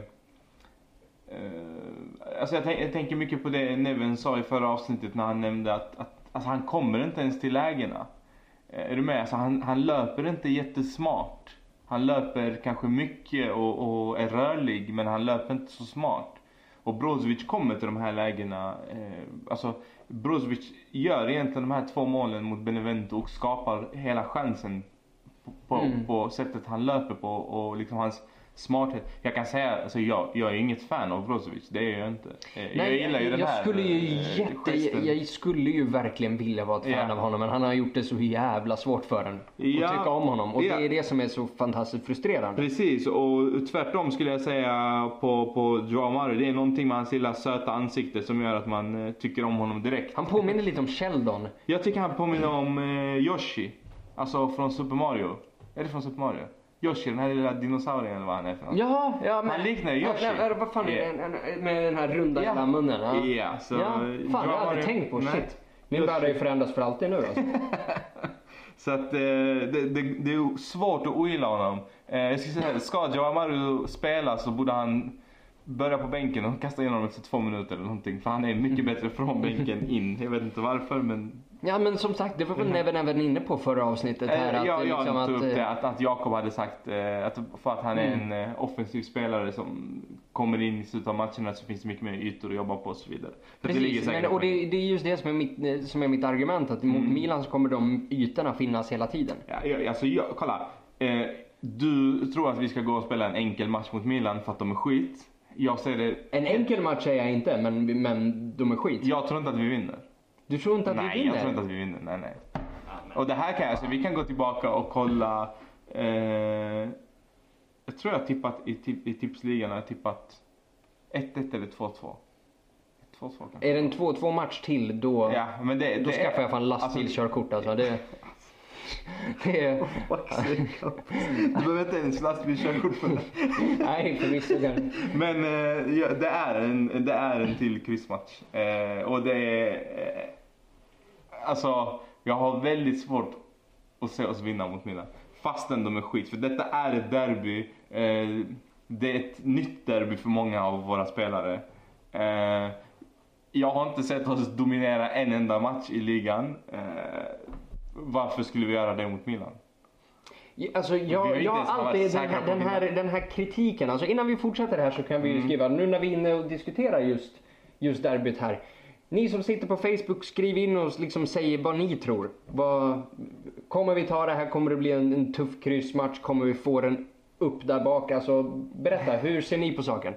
Uh, alltså jag, tänk, jag tänker mycket på det Neven sa i förra avsnittet när han nämnde att, att alltså han kommer inte ens till lägena. Uh, är du med? Alltså han, han löper inte jättesmart. Han löper kanske mycket och, och är rörlig, men han löper inte så smart. Och Brozovic kommer till de här lägena. Uh, alltså Brozovic gör egentligen de här två målen mot Benevento och skapar hela chansen på, på, mm. på sättet han löper på och liksom hans smarthet. Jag kan säga, alltså jag, jag är inget fan av Brozovic, det är jag inte. Jag Nej, gillar ju den jag här skulle ju jätte, jag skulle ju verkligen vilja vara ett fan yeah. av honom, men han har gjort det så jävla svårt för en ja. att tycka om honom. Och ja. det är det som är så fantastiskt frustrerande. Precis, och tvärtom skulle jag säga på, på João Mario. Det är någonting med hans lilla söta ansikte som gör att man tycker om honom direkt. Han påminner lite om Sheldon. Jag tycker han påminner om eh, Yoshi. Alltså från Super Mario. Är det från Super Mario? Yoshi, den här lilla dinosaurien eller vad han är för något. Jaha, ja men... Han liknar Yoshi. Ja, ja, vad fan är yeah. en, en, med den här runda yeah. hela munnen? Ja, yeah, så... ja fan, jag har aldrig tänkt på. Nej. Shit. Min värld har ju förändrats för alltid nu alltså. Så att eh, det, det, det är svårt att ogilla honom. Eh, jag ska säga, ska João Mario spela så borde han börja på bänken och kasta in honom efter två minuter eller någonting. För han är mycket bättre från bänken in. Jag vet inte varför, men... Ja, men som sagt, det var väl även, även inne på förra avsnittet här. Äh, att, ja, jag liksom, tog att, upp det, att, att Jakob hade sagt eh, att för att han är Mm. en eh, offensiv spelare som kommer in i slutet av matcherna så finns det mycket mer ytor att jobba på och så vidare. Så det ligger Precis, säkert men, och på- det, det är just det som är mitt, som är mitt argument. Att mot Mm. Milan så kommer de ytorna finnas hela tiden. Ja, jag- alltså, jag, kolla. Eh, du tror att vi ska gå och spela en enkel match mot Milan för att de är skit. Jag säger det... En enkel match är jag inte, men, men de är skit. Jag tror inte att vi vinner. Du tror inte att Nej, vi vinner? jag tror inte att vi vinner. Nej, nej. Och det här kan jag, alltså, vi kan gå tillbaka och kolla. Eh, jag tror jag har tippat i, tip, i tipsligan har jag tippat ett ett eller två två. två två kanske. Är det en två två match till då, Ja, men det, då det skaffar är, jag fan lastbilskörkort alltså. Det, det är, Du behöver inte ens lastbilskörkort för det. nej, förvisso kan. Men eh, ja, det, är en, det är en till kryssmatch. Eh, och det är... Eh, alltså, jag har väldigt svårt att se oss vinna mot Milan. Fastän de är skit. För detta är ett derby. Eh, det är ett nytt derby för många av våra spelare. Eh, jag har inte sett oss dominera en enda match i ligan. Eh, varför skulle vi göra det mot Milan? Alltså Vi har jag, inte jag ens har varit alltid den säkra här, på den, att här, vinna. den här kritiken, alltså innan vi fortsätter här så kan vi ju Mm. skriva, nu när vi är inne och diskuterar just, just derbyt här. Ni som sitter på Facebook, skriv in och liksom säger vad ni tror. Vad, kommer vi ta det här, kommer det bli en, en tuff kryssmatch, kommer vi få den upp där bak? Alltså berätta, hur ser ni på saken?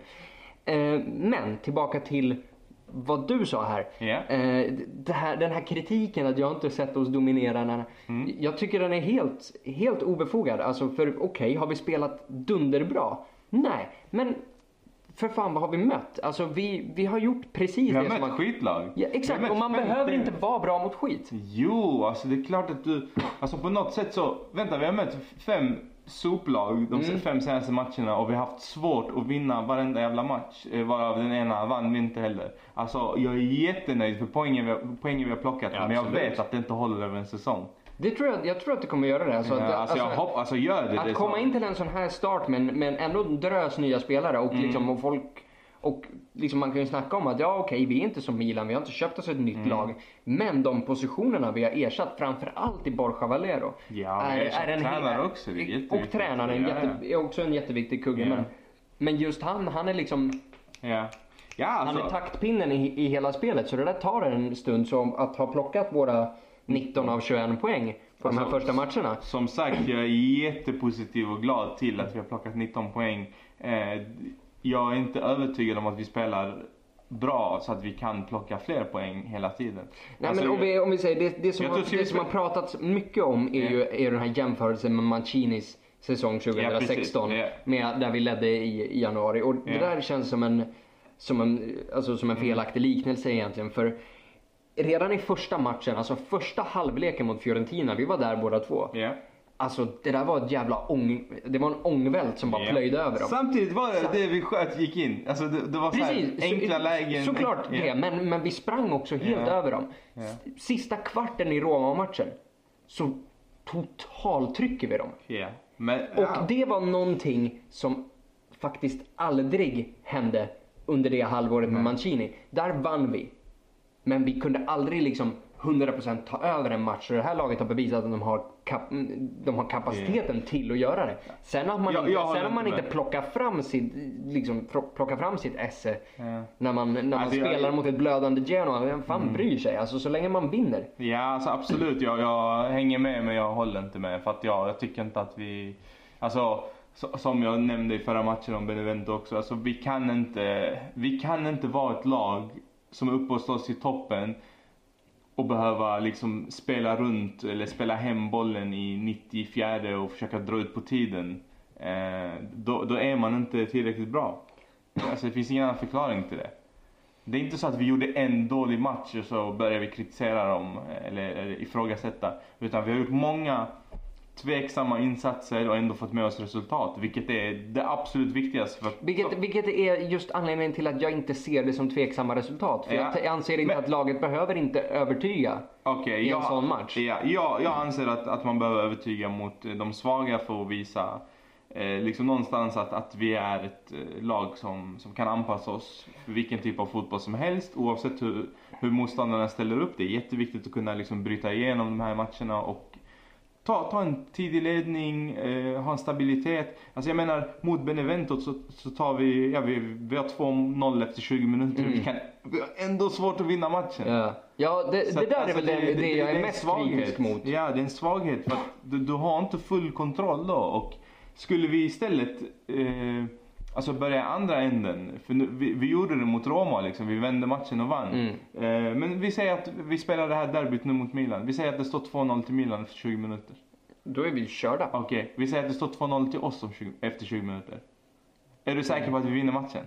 Eh, men tillbaka till vad du sa här. Ja. Eh, det här. Den här kritiken att jag inte sett oss dominera. Den här, Mm. Jag tycker den är helt, helt obefogad. Alltså för okej, okay, har vi spelat dunderbra? Nej, men för fan vad har vi mött? Alltså vi, vi har gjort precis Vi har det som mött man... skitlag. Ja, Vi har exakt, mött och man fem- behöver inte vara bra mot skit. Jo, alltså det är klart att du... Alltså på något sätt så... Vänta, vi har mött fem soplag de Mm. fem senaste matcherna och vi har haft svårt att vinna varenda jävla match. eh, Varav den ena vann vi inte heller. Alltså jag är jättenöjd för poängen vi har, poängen vi har plockat. Ja, men jag absolut. vet att det inte håller över en säsong. Det tror jag, jag tror att det kommer göra det. Alltså, Ja, att, alltså, jag alltså, hopp, alltså gör det. det att är komma så. in till en sån här start med, med ändå en drös nya spelare och, Mm. liksom, och folk... Och liksom man kan ju snacka om att ja okej, vi är inte som Milan, vi har inte köpt oss ett nytt Mm. lag. Men de positionerna vi har ersatt, framförallt i Borja Valero. Ja, vi har ersatt tränare också, det är Och jätteviktigt. tränaren Ja, jätte, ja. är också en jätteviktig kugge. Ja. Men, men just han, han är liksom, Ja. Ja, han alltså. är taktpinnen i, i hela spelet. Så det där tar en stund. Så att ha plockat våra nitton av tjugoett poäng på de här Alltså, första matcherna. Som sagt, jag är jättepositiv och glad till att vi har plockat nitton poäng. Eh, jag är inte övertygad om att vi spelar bra så att vi kan plocka fler poäng hela tiden. Nej, Alltså, men om vi, om vi säger det, det som, Jag har, tror- ska det vi- som har pratats mycket om är ju är den här jämförelsen med Mancinis säsong tjugohundrasexton. Ja, precis. Ja. Med, där vi ledde i, i januari. Och det Ja. där känns som en, som en, alltså som en felaktig liknelse egentligen. För redan i första matchen, alltså första halvleken mot Fiorentina, vi var där båda två. Ja. Alltså det där var ett jävla ång, det var en ångvält som bara Ja. plöjde över dem. Samtidigt var det det vi sköt gick in. Alltså det, det var så här Precis, enkla så, lägen. såklart Ja. det, men, men vi sprang också helt Ja. över dem. Ja. S- Sista kvarten i Roma-matchen så totaltrycker vi dem. Ja. Men, Och ja. det var någonting som faktiskt aldrig hände under det halvåret med Mancini. Där vann vi. Men vi kunde aldrig liksom hundra procent ta över en match. Och det här laget har bevisat att de har, kap- de har kapaciteten till att göra det. Sen att man Jag- inte, jag håller sen att man inte inte med. plockar fram sitt, liksom, fro- plockar fram sitt esse Ja. när man, när man Alltså, jag- spelar mot ett blödande Genoa. Vem fan bryr sig? Alltså så länge man vinner. Ja, alltså absolut. Jag, jag hänger med, men jag håller inte med. För att jag, jag tycker inte att vi... Alltså, så, som jag nämnde i förra matchen om Benevento också. Alltså, vi kan inte, vi kan inte vara ett lag som är uppe och slåss i toppen och behöva liksom spela runt eller spela hem bollen i nittiofyra och försöka dra ut på tiden. Eh, då, då är man inte tillräckligt bra. Alltså, det finns ingen annan förklaring till det. Det är inte så att vi gjorde en dålig match och så började vi kritisera dem eller, eller ifrågasätta. Utan vi har gjort många tveksamma insatser och ändå fått med oss resultat. Vilket är det absolut viktigaste. För Vilket, vilket är just anledningen till att jag inte ser det som tveksamma resultat. För Ja. jag, jag anser inte Men- att laget behöver inte övertyga Okej, i en jag, sån match. Ja, jag, jag anser att, att man behöver övertyga mot de svaga för att visa eh, liksom någonstans att, att vi är ett eh, lag som, som kan anpassa oss för vilken typ av fotboll som helst oavsett hur, hur motståndarna ställer upp. Det är jätteviktigt att kunna liksom bryta igenom de här matcherna och Ta, ta en tidig ledning, eh, ha en stabilitet. Alltså jag menar, mot Benevento så, så tar vi, ja vi, vi har två noll efter tjugo minuter. Mm. Vi, kan, vi har ändå svårt att vinna matchen. Ja, ja det, det att, där alltså, är väl det, det, det jag är, är mest svaghet. kritisk mot. Ja, det är en svaghet för att du, du har inte full kontroll då. Och skulle vi istället eh, alltså börja andra änden, för nu, vi, vi gjorde det mot Roma liksom, vi vände matchen och vann. Mm. Eh, men vi säger att vi spelar det här derbyt nu mot Milan. Vi säger att det står två noll till Milan efter tjugo minuter. Då är vi körda. Okej, okay. Vi säger att det står två noll till oss om tjugo, efter tjugo minuter. Är du säker på att vi vinner matchen?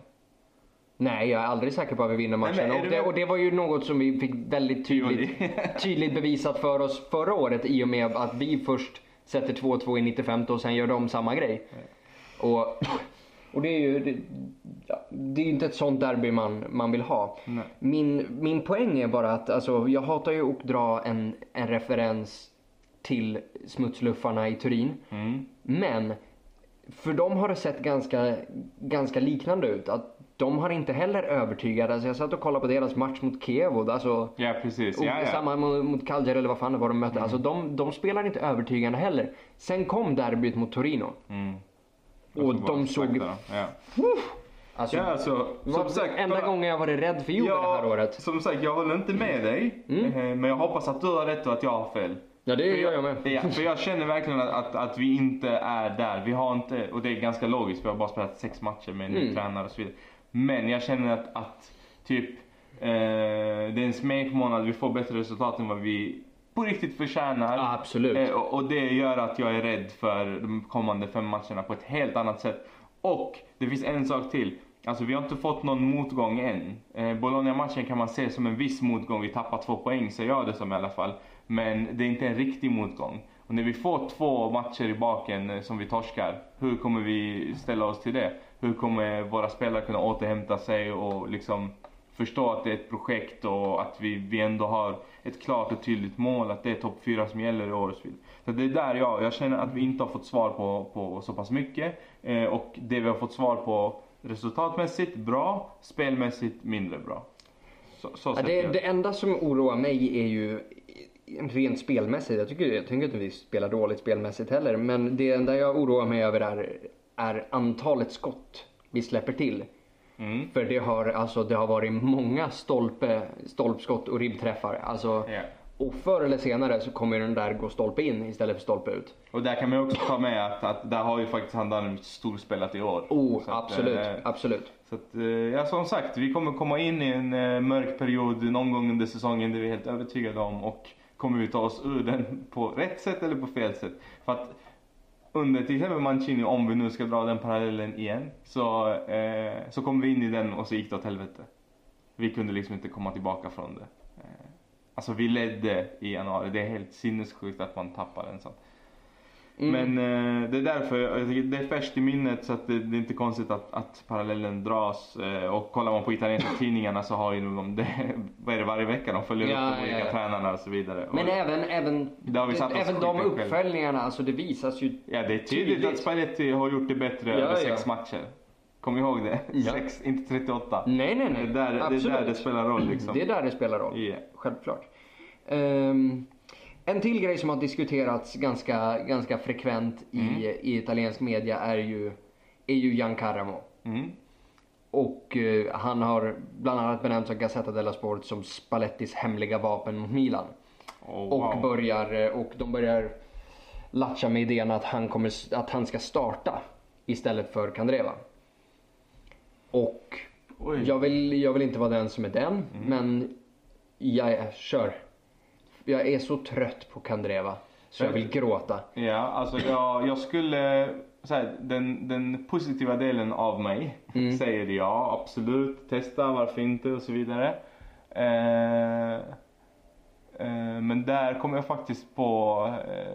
Nej, jag är aldrig säker på att vi vinner matchen. Nej, och, det, och det var ju något som vi fick väldigt tydligt, tydligt bevisat för oss förra året i och med att vi först sätter två två i nittiofem och sen gör de samma grej. Och, och det är ju det, det är ju inte ett sånt derby man, man vill ha. Min, min poäng är bara att alltså, jag hatar ju att dra en, en referens till smutsluffarna i Turin. Mm. Men för dem har det sett ganska, ganska liknande ut. Att de har inte heller övertygat. Alltså jag satt och kollade på deras match mot Kiev. Alltså, ja, precis. Ja, ja. Samma mot, mot Cagliari eller vad fan det var de mötte. Mm. Alltså de, de spelar inte övertygande heller. Sen kom derbyt mot Torino. Mm. Och de såg... Ja. Alltså, ja, alltså, som sagt, enda bara, gången jag varit rädd för Juve ja, det här året. Som sagt, jag håller inte med dig. Mm. Men jag hoppas att du har rätt och att jag har fel. Ja, det gör jag med. Ja, för jag känner verkligen att, att, att vi inte är där. Vi har inte, och det är ganska logiskt, vi har bara spelat sex matcher med en ny mm. tränare och så vidare. Men jag känner att, att typ eh, det är en smekmånad, vi får bättre resultat än vad vi på riktigt förtjänar. Ja, absolut. Eh, och, och det gör att jag är rädd för de kommande fem matcherna på ett helt annat sätt. Och det finns en sak till. Alltså vi har inte fått någon motgång än. Eh, Bologna-matchen kan man se som en viss motgång. Vi tappar två poäng, så jag det som i alla fall. Men det är inte en riktig motgång. Och när vi får två matcher i baken som vi torskar, hur kommer vi ställa oss till det? Hur kommer våra spelare kunna återhämta sig och liksom förstå att det är ett projekt och att vi, vi ändå har ett klart och tydligt mål, att det är topp fyra som gäller i år. Så det är där jag, jag känner att vi inte har fått svar på, på så pass mycket. Eh, och det vi har fått svar på resultatmässigt bra, spelmässigt mindre bra. Så, så ja, det, det enda som oroar mig är ju rent spelmässigt. Jag tycker, jag tycker inte vi spelar dåligt spelmässigt heller. Men det enda jag oroar mig över är, är antalet skott vi släpper till. Mm. För det har, alltså, det har varit många stolpe, stolpskott och ribbträffar. Alltså, yeah. Och förr eller senare så kommer den där gå stolpe in istället för stolpe ut. Och där kan man också ta med att, att där har ju faktiskt han storspelat i år. Oh, så absolut, att, eh, absolut. Så att, eh, ja, som sagt, vi kommer komma in i en eh, mörk period någon gång under säsongen, det är vi helt övertygade om. Och kommer vi ta oss ur den på rätt sätt eller på fel sätt. För att under till exempel Mancini, om vi nu ska dra den parallellen igen, så, eh, så kom vi in i den och så gick det åt helvete. Vi kunde liksom inte komma tillbaka från det. Eh, alltså vi ledde i januari, det är helt sinnessjukt att man tappar en sån. Mm. Men eh, det är därför, jag tycker det är färskt i minnet, så att det, det är inte konstigt att, att parallellen dras. Eh, och kollar man på italienska tidningarna så har ju de det, vad är det, varje vecka de följer ja, upp de olika ja, ja. tränarna och så vidare. Men och, även, även, det, även de uppföljningarna, själv. Alltså det visas ju ja, det är tydligt, tydligt att Spalletti har gjort det bättre ja, över sex ja. matcher. Kom ihåg det, ja. sex, inte trettioåtta. Nej, nej, nej. Det är där, det, är där det spelar roll liksom. Det är där det spelar roll, yeah. Självklart. Um, En till grej som har diskuterats ganska, ganska frekvent i, mm. i italiensk media är ju, är ju Giancarlo. Mm. Och uh, han har bland annat benämnts av Gazzetta della Sport som Spallettis hemliga vapen mot Milan. Oh, wow. och, börjar, och de börjar latcha med idén att han, kommer, att han ska starta istället för Candreva. Och jag vill, jag vill inte vara den som är den, mm. men jag kör. Jag är så trött på Candreva så jag vill gråta. Ja, alltså jag, jag skulle så här, den, den positiva delen av mig mm. säger ja, absolut, testa, varför inte och så vidare. Eh, eh, men där kommer jag faktiskt på eh,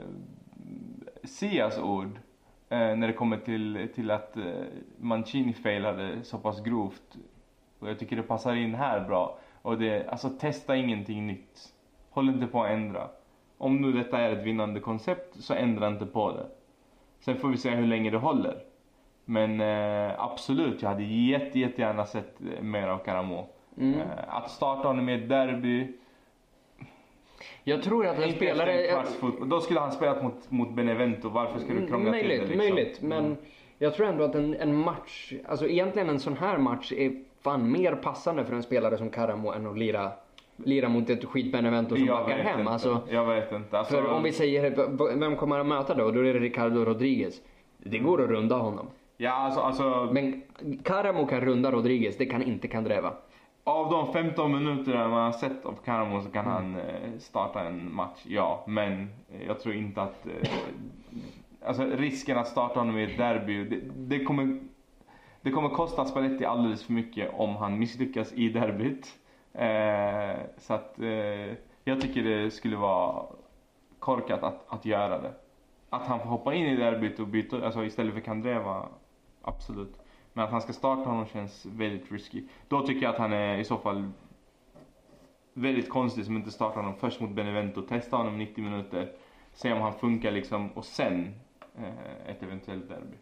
Sias ord eh, när det kommer till, till att eh, Mancini failade så pass grovt. Och jag tycker det passar in här bra. Och det, alltså testa ingenting nytt. Håll inte på att ändra. Om nu detta är ett vinnande koncept så ändra inte på det. Sen får vi se hur länge det håller. Men eh, absolut, jag hade jätte, jättegärna sett mer av Karamo. Mm. Eh, att starta honom med ett derby. Jag tror att en spelare... En då skulle han spelat mot, mot Benevento. Varför skulle du krångla möjligt, till det liksom? Möjligt, men mm. jag tror ändå att en, en match... Alltså egentligen en sån här match är fan mer passande för en spelare som Karamo än att lira... Lira mot ett skit Benevento som backar hem. Alltså, jag vet inte. Alltså, för om vi säger, vem kommer att möta då? Då är det Ricardo Rodriguez. Det går att runda honom. Ja, alltså, alltså, men Karamo kan runda Rodriguez, det kan inte Candreva. Av de femton minuterna man har sett av Karamo så kan mm. han eh, starta en match, ja. Men jag tror inte att... Eh, alltså risken att starta honom i ett derby, det, det, kommer, det kommer kosta Spalletti alldeles för mycket om han misslyckas i derbyt. Eh, så att eh, jag tycker det skulle vara korkat att, att göra det. Att han får hoppa in i derbyt och byta, alltså istället för Candreva, absolut. Men att han ska starta honom känns väldigt risky. Då tycker jag att han är i så fall väldigt konstig som inte startar honom först mot Benevento. Testa honom nittio minuter, se om han funkar liksom och sen eh, ett eventuellt derby.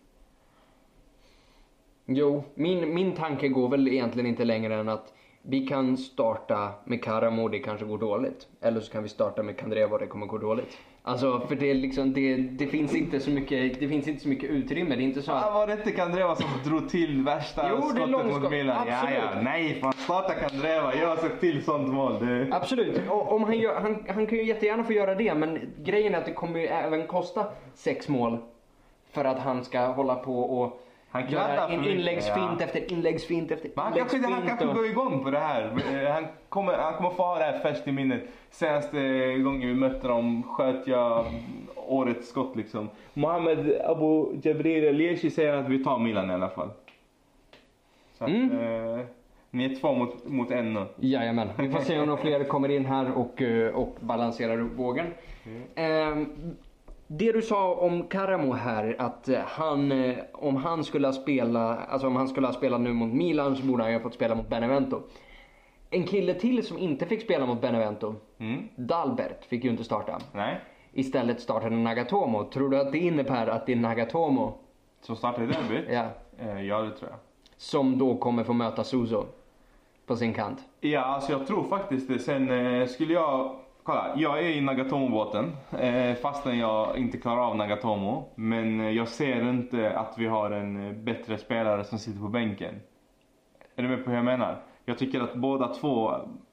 Jo, min, min tanke går väl egentligen inte längre än att vi kan starta med Karamo, det kanske går dåligt. Eller så kan vi starta med Candreva, det kommer gå dåligt. Alltså, för det, är liksom, det, det, finns inte så mycket, det finns inte så mycket utrymme. Det är inte så att... Ah, var det inte Candreva som drog till värsta jo, skottet mot Milan? Ja, ja. Nej, fan, starta Candreva. Jag har sett till sånt mål. Det... Absolut. Och, om han, gör, han, han kan ju jättegärna få göra det. Men grejen är att det kommer ju även kosta sex mål. För att han ska hålla på och... Han göra in, inläggsfint ja. efter inläggsfint efter men han kanske, han kanske och... går igång på det här. Han kommer, han kommer få ha det här först i minnet. Senaste gången vi mötte dem sköt jag årets skott liksom. Mohamed Abu Jabril Lieshi säger att vi tar Milan i alla fall. Så att, mm. eh, ni är två mot, mot en nu. Jajamän. Vi får se om några fler kommer in här och, och balanserar upp vågen. Mm. Eh, Det du sa om Karamo här, att han, om han skulle ha spelat, alltså om han skulle ha spelat nu mot Milan så borde han ju ha fått spela mot Benevento. En kille till som inte fick spela mot Benevento, mm. Dalbert, fick ju inte starta. Nej. Istället startade Nagatomo. Tror du att det innebär att det är Nagatomo som startar i derbyt? Ja. Eh, ja, det tror jag. Som då kommer få möta Suso på sin kant? Ja, alltså jag tror faktiskt det. Sen eh, skulle jag... Kolla, jag är i Nagatomo-båten eh, fastän jag inte klarar av Nagatomo. Men jag ser inte att vi har en bättre spelare som sitter på bänken. Är du med på hur jag menar? Jag tycker att båda två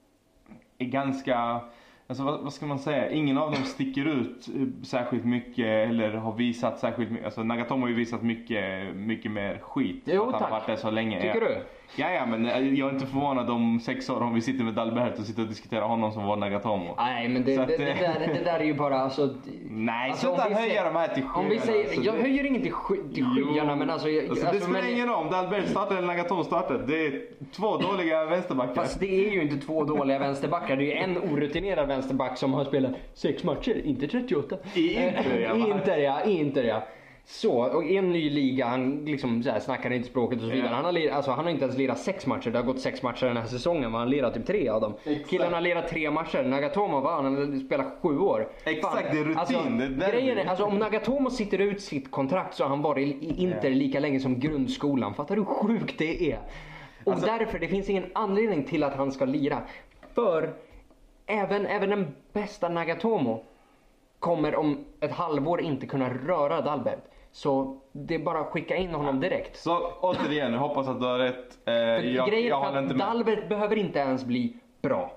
är ganska... Alltså vad, vad ska man säga? Ingen av dem sticker ut särskilt mycket eller har visat särskilt mycket. Alltså Nagatomo har ju visat mycket, mycket mer skit. Jo, att han tack. har varit där så länge. Tycker ja. du? Ja, ja, men jag är inte förvånad om sex år om vi sitter med Dalbert och sitter och diskuterar honom som var Nagatomo. Nej, men det, att, det, det, där, det där är ju bara alltså... Nej, alltså, så att höja de här till skyarna. Om vi säger, alltså, jag det... höjer inte till, sky, till skyarna, men alltså... Jag, alltså, alltså det spelar men... ingen roll om Dalbert startar eller Nagatomo startar. Det är två dåliga vänsterbackar. Fast det är ju inte två dåliga vänsterbackar. Det är ju en orutinerad vänsterback som har spelat sex matcher, inte trettioåtta. I Inter, ja. I Inter, ja. I Inter, ja. Så, och i en ny liga, han liksom så här, snackar inte språket och så vidare. Yeah. Han, har lirat, alltså, han har inte ens lirat sex matcher. Det har gått sex matcher den här säsongen, men han har lirat typ tre av dem. Exakt. Killen har lirat tre matcher. Nagatomo, va? Han har spelat sju år. Exakt, Fan. det är rutin. Alltså, det är grejen är, alltså, om Nagatomo sitter ut sitt kontrakt så har han varit i Inter yeah. lika länge som grundskolan. Fattar du hur sjukt det är? Och alltså, därför, det finns ingen anledning till att han ska lira. För även, även den bästa Nagatomo kommer om ett halvår inte kunna röra Dalbert. Så det är bara att skicka in honom direkt. Så återigen, jag hoppas att du har rätt. Eh, jag, grejen jag är att Dalbert behöver inte ens bli bra.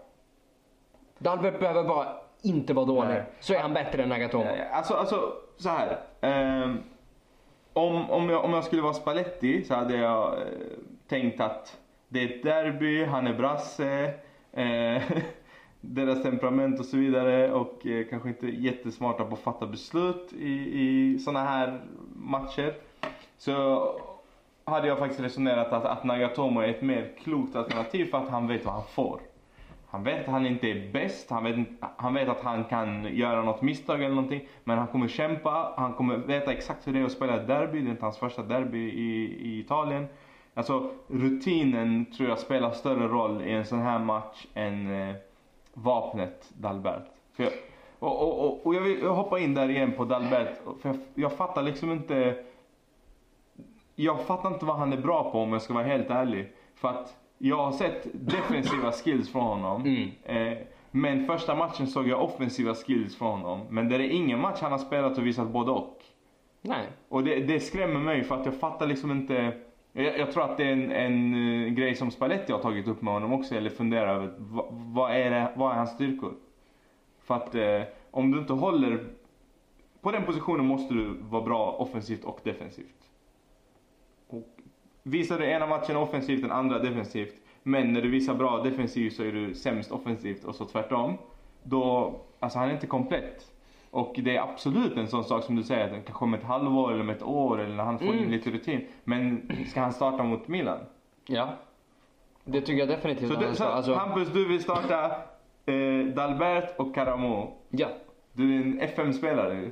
Dalbert behöver bara inte vara dålig. Nej. Så är han bättre än Nagatomo. Alltså, alltså så här. Eh, om, om, jag, om jag skulle vara Spalletti så hade jag eh, tänkt att det är ett derby, han är brasse. Eh, deras temperament och så vidare och eh, kanske inte jättesmarta på att fatta beslut i, i såna här matcher. Så hade jag faktiskt resonerat att, att Nagatomo är ett mer klokt alternativ för att han vet vad han får. Han vet att han inte är bäst, han vet, han vet att han kan göra något misstag eller någonting, men han kommer kämpa, han kommer veta exakt hur det är att spela ett derby, det är inte hans första derby i, i Italien. Alltså rutinen tror jag spelar större roll i en sån här match än eh, vapnet Dalbert. För, Och, och, och, och jag vill hoppa in där igen på Dalbert. För jag, jag fattar liksom inte... Jag fattar inte vad han är bra på om jag ska vara helt ärlig. För att jag har sett defensiva skills från honom. Mm. Eh, men första matchen såg jag offensiva skills från honom. Men det är ingen match han har spelat och visat både och. Nej. Och det, det skrämmer mig för att jag fattar liksom inte... Jag, jag tror att det är en, en uh, grej som Spalletti har tagit upp med honom också. Eller funderar över vad, vad, är det, vad är hans styrkor? För att uh, om du inte håller... På den positionen måste du vara bra offensivt och defensivt. Och visar du ena matchen offensivt, den andra defensivt. Men när du visar bra defensivt så är du sämst offensivt och så tvärtom. Då, alltså han är inte komplett. Och det är absolut en sån sak som du säger, att det kanske om ett halvår eller om ett år eller när han får mm. in lite rutin. Men ska han starta mot Milan? Ja, det tycker jag definitivt. Så, det, så alltså... Hampus, du vill starta eh, Dalbert och Karamo? Ja. Du är en F M-spelare.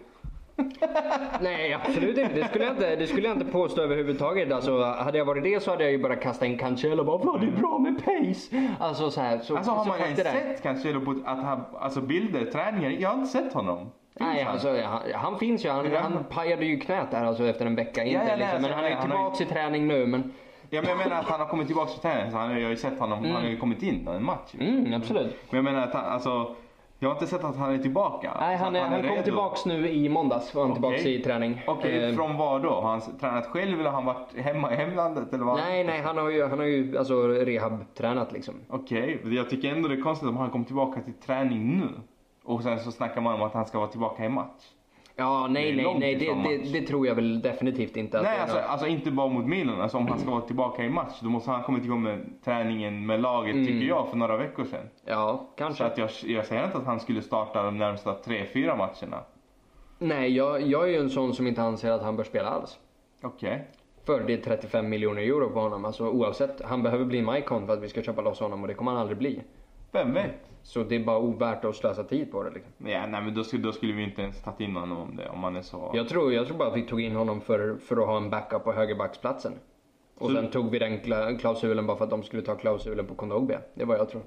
Nej, absolut inte. Det skulle jag inte, det skulle jag inte påstå överhuvudtaget. Alltså, hade jag varit det så hade jag ju bara kastat in Cancelo och bara, vad det är bra med pace. Alltså så här. Så, alltså har så man ens sett Cancelo på att han, alltså bilder, träningar, jag har inte sett honom. Finns nej, han? Alltså, han, han finns ju. Han, ja. han pajade ju knät där alltså efter en vecka. Inte, ja, ja, liksom. Men han är ju tillbaka ju... i träning nu. Men... Ja, men jag menar att han har kommit tillbaka till träning. Så han, jag har ju sett honom, mm. han har ju kommit in i en match. Mm, absolut. Men jag menar att han, alltså... Jag har inte sett att han är tillbaka. Nej, han, är, han, han kom tillbaks nu i måndags. Var han okay. tillbaks i träning. Okej, okay, från vad då? Har han tränat själv eller har han varit hemma i hemlandet? Eller vad? Nej, nej, han har ju, han har ju alltså, rehab-tränat liksom. Okej, okay. Jag tycker ändå det är konstigt om han kom tillbaka till träning nu. Och sen så snackar man om att han ska vara tillbaka i match. Ja, nej, nej, nej, det, det, det tror jag väl definitivt inte. Att nej, det alltså, något... alltså inte bara mot Milan. Alltså om han ska vara tillbaka i match, då måste han kommit igång med träningen med laget, mm. tycker jag, för några veckor sedan. Ja, kanske. Så att jag, jag säger inte att han skulle starta de närmsta tre, fyra matcherna. Nej, jag, jag är ju en sån som inte anser att han bör spela alls. Okej. Okay. För det är trettiofem miljoner euro på honom. Alltså oavsett, han behöver bli en icon för att vi ska köpa loss honom och det kommer han aldrig bli. Vem vet? Så det är bara ovärt att slösa tid på det liksom. Ja, nej, men då skulle, då skulle vi inte ens tagit in honom om det, om man är så... Jag tror, jag tror bara att vi tog in honom för, för att ha en backup på högerbacksplatsen. Och så... sen tog vi den klausulen bara för att de skulle ta klausulen på Kondogbia. Det var jag tror.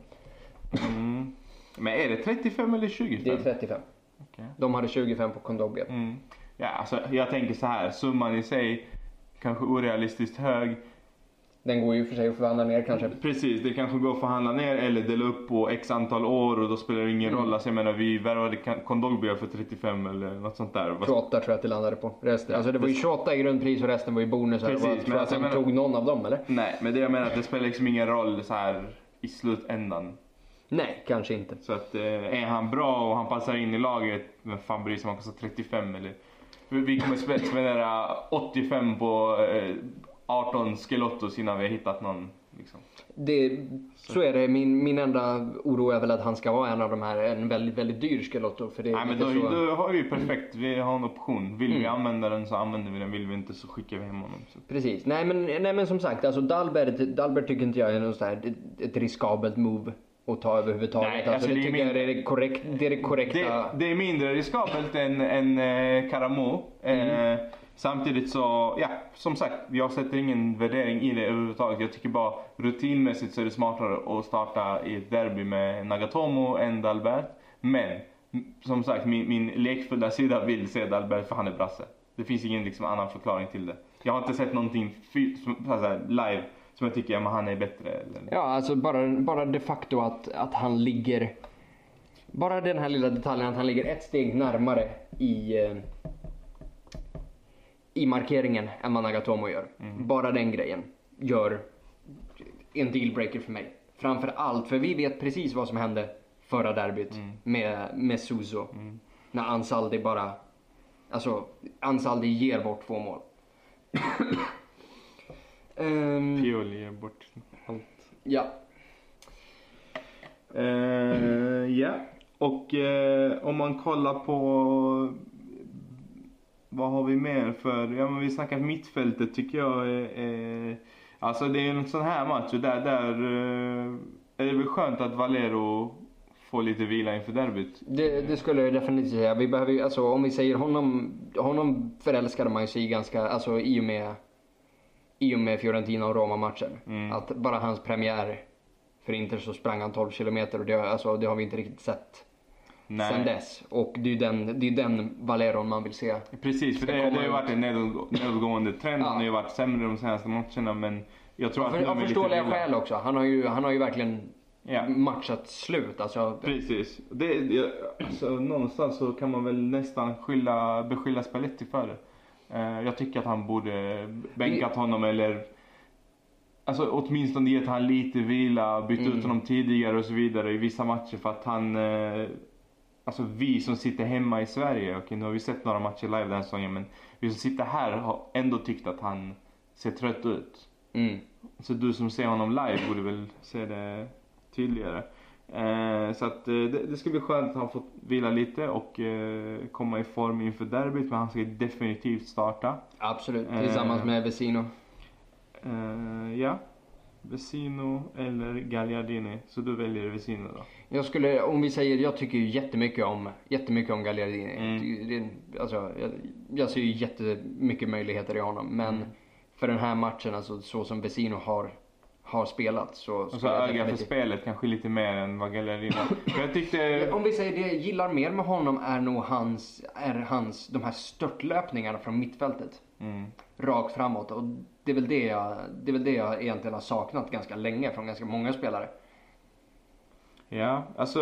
Mm. Men är det trettiofem eller tjugofem? Det är trettiofem. Okay. De hade tjugofem på Kondogbia. Mm. Ja, alltså jag tänker så här, summan i sig kanske orealistiskt hög. Den går ju för sig att förhandla ner kanske. Precis, det kanske går att förhandla ner eller dela upp på x antal år och då spelar det ingen mm. roll. Alltså jag menar, vi värvade Kondogbia för trettiofem eller något sånt där. tjugoåtta tror jag att det landade på. Resten, alltså det var ju tjugoåtta i grundpris och resten var ju bonusar. Precis, var, men alltså jag menar, tog någon av dem eller? Nej, men det jag menar att det spelar liksom ingen roll så här i slutändan. Nej, kanske inte. Så att är han bra och han passar in i laget, men fan bryr sig om han kostar trettiofem eller... Vi kommer spendera åttiofem på... arton skelottos innan vi har hittat någon liksom. Det, så är det. Min, min enda oro är väl att han ska vara en av de här, en väldigt, väldigt dyr skelotto. För det är nej, men då, så... då har vi ju perfekt. Vi har en option. Vill mm. vi använda den så använder vi den. Vill vi inte så skickar vi hem honom. Så. Precis. Nej men, nej men som sagt, alltså Dalbert, Dalbert tycker inte jag är något sådär, ett, ett riskabelt move att ta överhuvudtaget. Nej, alltså, alltså det, det tycker mindre, jag är det, korrekt, det är det korrekta. Det, det är mindre riskabelt än, än eh, Karamo. Mm. Eh, Samtidigt så, ja, som sagt, jag sätter ingen värdering i det överhuvudtaget. Jag tycker bara rutinmässigt så är det smartare att starta i ett derby med Nagatomo än Dalbert. Men, som sagt, min, min lekfulla sida vill se Dalbert för han är brasse. Det finns ingen liksom annan förklaring till det. Jag har inte sett någonting fy, som, alltså, live som jag tycker ja, men han är bättre. Eller... Ja, alltså bara, bara de facto att, att han ligger... Bara den här lilla detaljen att han ligger ett steg närmare i... Eh... i markeringen än vad Nagatomo gör. Mm. Bara den grejen gör en dealbreaker för mig. Framför allt, för vi vet precis vad som hände förra derbyt mm. med, med Suso. Mm. När Ansaldi bara... Alltså, Ansaldi ger bort två mål. um, Pioli ger bort allt. Ja. Uh, ja. Och uh, om man kollar på... Vad har vi mer för? Ja, men vi snackar mittfältet tycker jag är, är, alltså det är en sån här match och där, där är det väl skönt att Valero får lite vila inför derbyt. Det, det skulle jag definitivt säga. Vi behöver ju, alltså om vi säger honom, honom förälskade man ju sig ganska, alltså i och med i och med Fiorentina och Roma-matchen. Mm. Att bara hans premiär för Inter så sprang han tolv kilometer och det, alltså, det har vi inte riktigt sett Nej. sen dess. Och det är ju den, det är den Valeron man vill se. Precis, för det, det har ju varit en nedåtgå- nedåtgående trend. Ja. Han har ju varit sämre de senaste matcherna, men jag tror ja, att... Av förståeliga skäl också. Han har ju, han har ju verkligen ja. matchat slut. Alltså. Precis. Det, det, alltså, någonstans så kan man väl nästan skylla, beskylla Spalletti för det. Uh, jag tycker att han borde bänkat det... honom eller... Alltså åtminstone gett han lite vila, bytt mm. ut honom tidigare och så vidare i vissa matcher för att han... Uh, Alltså vi som sitter hemma i Sverige, okej nu har vi sett några matcher live den här säsongen, men vi som sitter här har ändå tyckt att han ser trött ut. Mm. Så du som ser honom live borde väl se det tydligare. Eh, så att eh, det, det ska bli skönt att han får vila lite och eh, komma i form inför derbyt, men han ska definitivt starta. Absolut, tillsammans eh, med Vecino. Eh, ja. Vecino eller Gagliardini, så du väljer Vecino då? Jag skulle, om vi säger, jag tycker ju jättemycket om jättemycket om Gagliardini. Mm. Det, alltså, jag, jag ser ju jättemycket möjligheter i honom, men mm. för den här matchen, alltså, så som Vecino har, har spelat så... Och så öga definitivt... för spelet kanske lite mer än vad Gagliardini jag tyckte... Om vi säger det jag gillar mer med honom är nog hans, är hans de här störtlöpningarna från mittfältet. Mm. Rakt framåt, och det är väl det jag, det är väl det jag egentligen har saknat ganska länge från ganska många spelare. Ja, alltså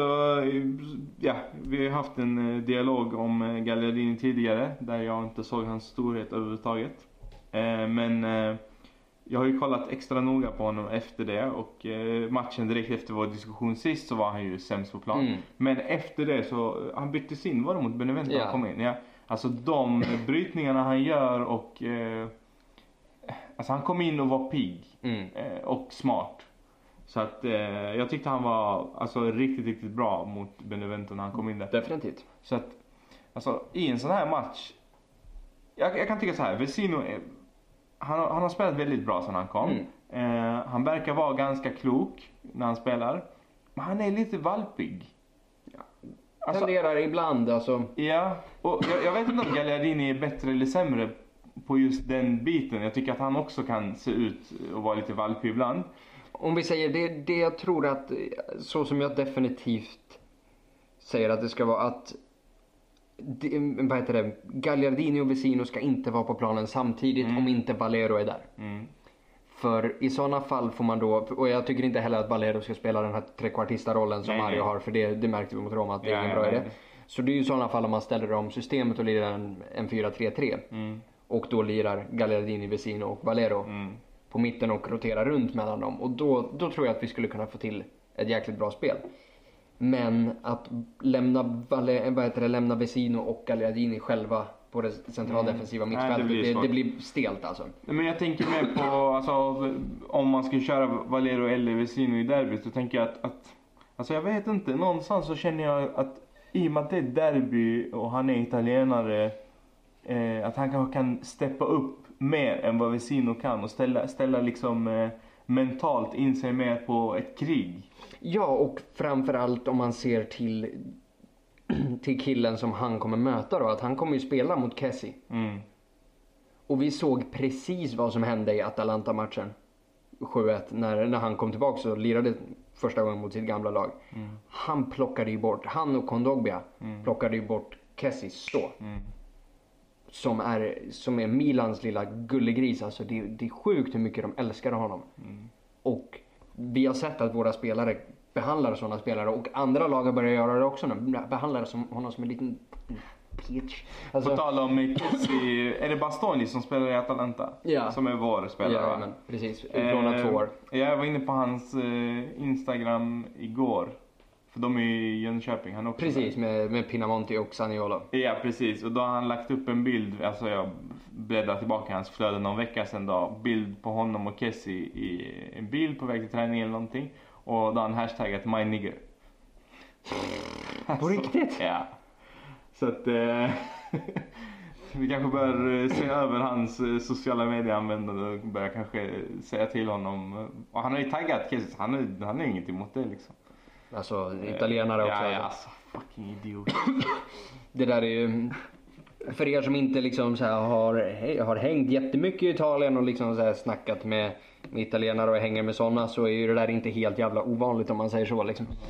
ja, vi har haft en dialog om Gagliardini tidigare där jag inte såg hans storhet överhuvudtaget. Eh, men eh, jag har ju kollat extra noga på honom efter det och eh, matchen direkt efter vår diskussion sist så var han ju sämst på plan. Mm. Men efter det så, han byttes in, var det mot Benevento ja. han kom in? Ja. Alltså de brytningarna han gör och eh, alltså han kom in och var pigg mm. eh, och smart. Så att eh, jag tyckte han var alltså riktigt riktigt bra mot Benevento när han kom in där. Definitivt. Så att alltså i en sån här match jag, jag kan tycka så här, Vecino är, han, han har spelat väldigt bra sedan han kom. Mm. Eh, han verkar vara ganska klok när han spelar. Men han är lite valpig. Alltså, tenderar ibland alltså. Ja, och jag, jag vet inte om Gagliardini är bättre eller sämre på just den biten. Jag tycker att han också kan se ut och vara lite valpig ibland. Om vi säger det, det jag tror att, så som jag definitivt säger att det ska vara att det, vad heter det, Gagliardini och Vecino ska inte vara på planen samtidigt mm. om inte Valero är där. Mm. För i sådana fall får man då, och jag tycker inte heller att Valero ska spela den här trekvartista-rollen som nej, Mario nej. har, för det, det märkte vi mot Roma att det är ja, ingen bra ja, idé. Så det är ju i sådana fall om man ställer om systemet och lirar en, en fyra tre tre mm. och då lirar Gagliardini, Vecino och Valero mm. på mitten och roterar runt mellan dem, och då, då tror jag att vi skulle kunna få till ett jäkligt bra spel. Men att lämna, Valle, vad heter det, lämna Vecino och Gagliardini själva på det centraldefensiva mm. mittfältet, det blir, det, det blir stelt alltså. Men jag tänker mer på alltså, om man skulle köra Valero eller Vecino i derbyt, så tänker jag att, att alltså jag vet inte, någonstans så känner jag att i och med att det är derby och han är italienare, eh, att han kanske kan steppa upp mer än vad Vecino kan och ställa, ställa liksom eh, mentalt in sig mer på ett krig. Ja, och framförallt om man ser till till killen som han kommer möta då, att han kommer ju spela mot Kessie. Mm. Och vi såg precis vad som hände i Atalanta-matchen sju ett när, när han kom tillbaka och lirade första gången mot sitt gamla lag. Mm. Han plockade ju bort, han och Kondogbia mm. plockade ju bort Kessies stå. Mm. Som är, som är Milans lilla gullegris. Alltså det, det är sjukt hur mycket de älskar honom. Mm. Och vi har sett att våra spelare behandlar sådana spelare, och andra lag har börjat göra det också nu. Behandlar som, honom som en liten pitch. Alltså, på tal om Kessie, är det Bastoni som spelar i Atalanta? Ja. Som är vår spelare. Ja, men precis. Utlånat eh, två år. Jag var inne på hans eh, Instagram igår. För de är i Jönköping, han också. Precis, med, med Pinamonti och Zaniolo. Ja, precis. Och då har han lagt upp en bild, alltså jag bläddrar tillbaka hans flöde någon vecka sedan då. Bild på honom och Kessie i en bil på väg till träning eller någonting. Och då har han hashtaggat my nigger. På riktigt? Ja. Så att eh, vi kanske bör se över hans sociala medieanvändande och börja kanske säga till honom. Och han har ju taggat Kessie, han är, han är inget emot det liksom. Alltså italienare också. Ja, ja, alltså fucking idiot. Det där är ju, för er som inte liksom så här har, har hängt jättemycket i Italien och liksom så här snackat med, med italienare och hänger med sådana, så är ju det där inte helt jävla ovanligt om man säger så liksom.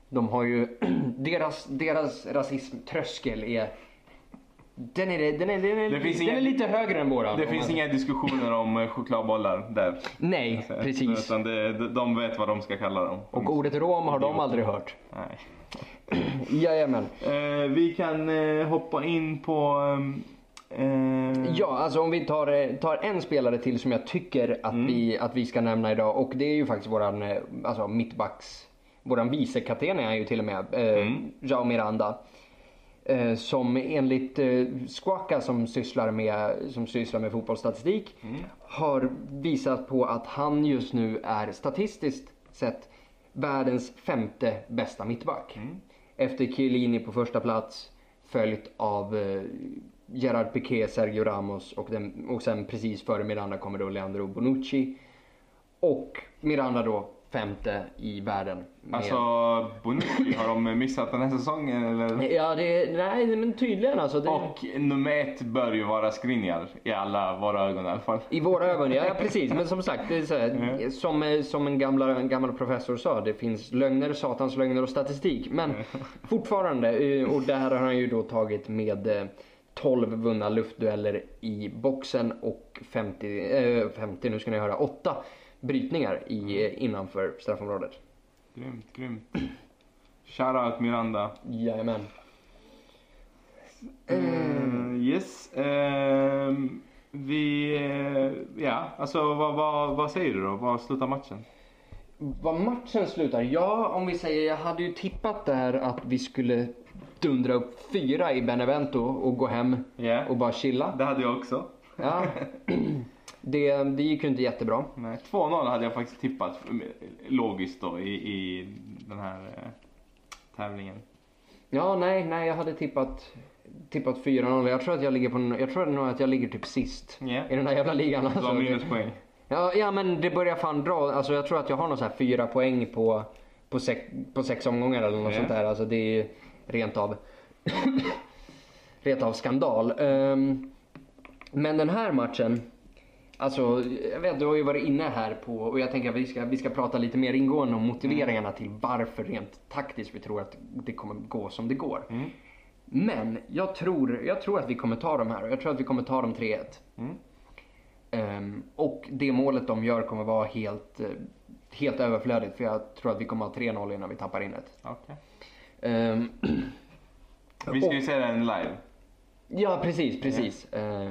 De har ju deras, deras rasismtröskel är den är, den är, den är, Det finns den inga- är lite högre än våran. Det om finns man- inga diskussioner om eh, chokladbollar där. Nej, Så, precis. Utan det, de- de vet vad de ska kalla dem. Och ordet rom har de aldrig hört. Nej. Jajamän. Eh, vi kan eh, hoppa in på... ehm, eh, Ja, alltså om vi tar, eh, tar en spelare till som jag tycker att, vi, att vi ska nämna idag. Och det är ju faktiskt våran eh, alltså mittbacks... Våran vicekapten är ju till och med. Eh, Mm. João Miranda. Eh, som enligt eh, Squawka som sysslar med, som sysslar med fotbollsstatistik. Har visat på att han just nu är statistiskt sett världens femte bästa mittback. Efter Chiellini på första plats. Följt av eh, Gerard Piqué, Sergio Ramos och, den, och sen precis före Miranda kommer då Leandro Bonucci. Och Miranda då femte i världen. Med... Alltså, Bonucci, har de missat den här säsongen eller? Ja, det, nej men tydligen alltså. Det, Och nummer ett bör ju vara Skriniar i alla våra ögon i alla fall. I våra ögon, ja precis. Men som sagt, det är så här, som, eh, som en, gamla, en gammal professor sa, det finns lögner, satans lögner och statistik. Men fortfarande, eh, och där har han ju då tagit med eh, tolv vunna luftdueller i boxen och femtio, eh, femtio nu ska ni höra, åtta brytningar i, eh, innanför straffområdet. Grymt, grymt. Shoutout Miranda. Jajamän. Uh, yes. ehm, vi... eh, ja, alltså vad, vad, vad säger du då? Vad slutar matchen? Vad matchen slutar? Ja, om vi säger, jag hade ju tippat där att vi skulle dundra upp fyra i Benevento och gå hem Ja. och bara chilla. Det hade jag också. Ja, det, det gick ju inte jättebra. Nej, två noll hade jag faktiskt tippat logiskt då i, i den här eh, tävlingen. Ja, nej, nej, jag hade tippat tippat fyra noll. Jag tror att jag ligger på, jag tror nog att jag ligger typ sist Ja. i den där jävla ligan. Du Alltså, har det, minuspoäng. ja, ja, men det börjar fan dra. Alltså jag tror att jag har någon så här fyra poäng på på sex, på sex omgångar eller något Ja. sånt där. Alltså det är rent av rent av skandal. Ehm, men den här matchen, alltså jag vet, du har ju varit inne här på, och jag tänker att vi ska, vi ska prata lite mer ingående om motiveringarna till varför rent taktiskt vi tror att det kommer gå som det går. Mm. Men jag tror, jag tror att vi kommer ta de här, och jag tror att vi kommer ta dem tre ett. Mm. Ehm, och det målet de gör kommer vara helt, eh, helt överflödigt, för jag tror att vi kommer ha tre noll innan vi tappar in ett. Okej. Ehm, Vi ska ju och- se den live. Ja, precis, precis. Eh,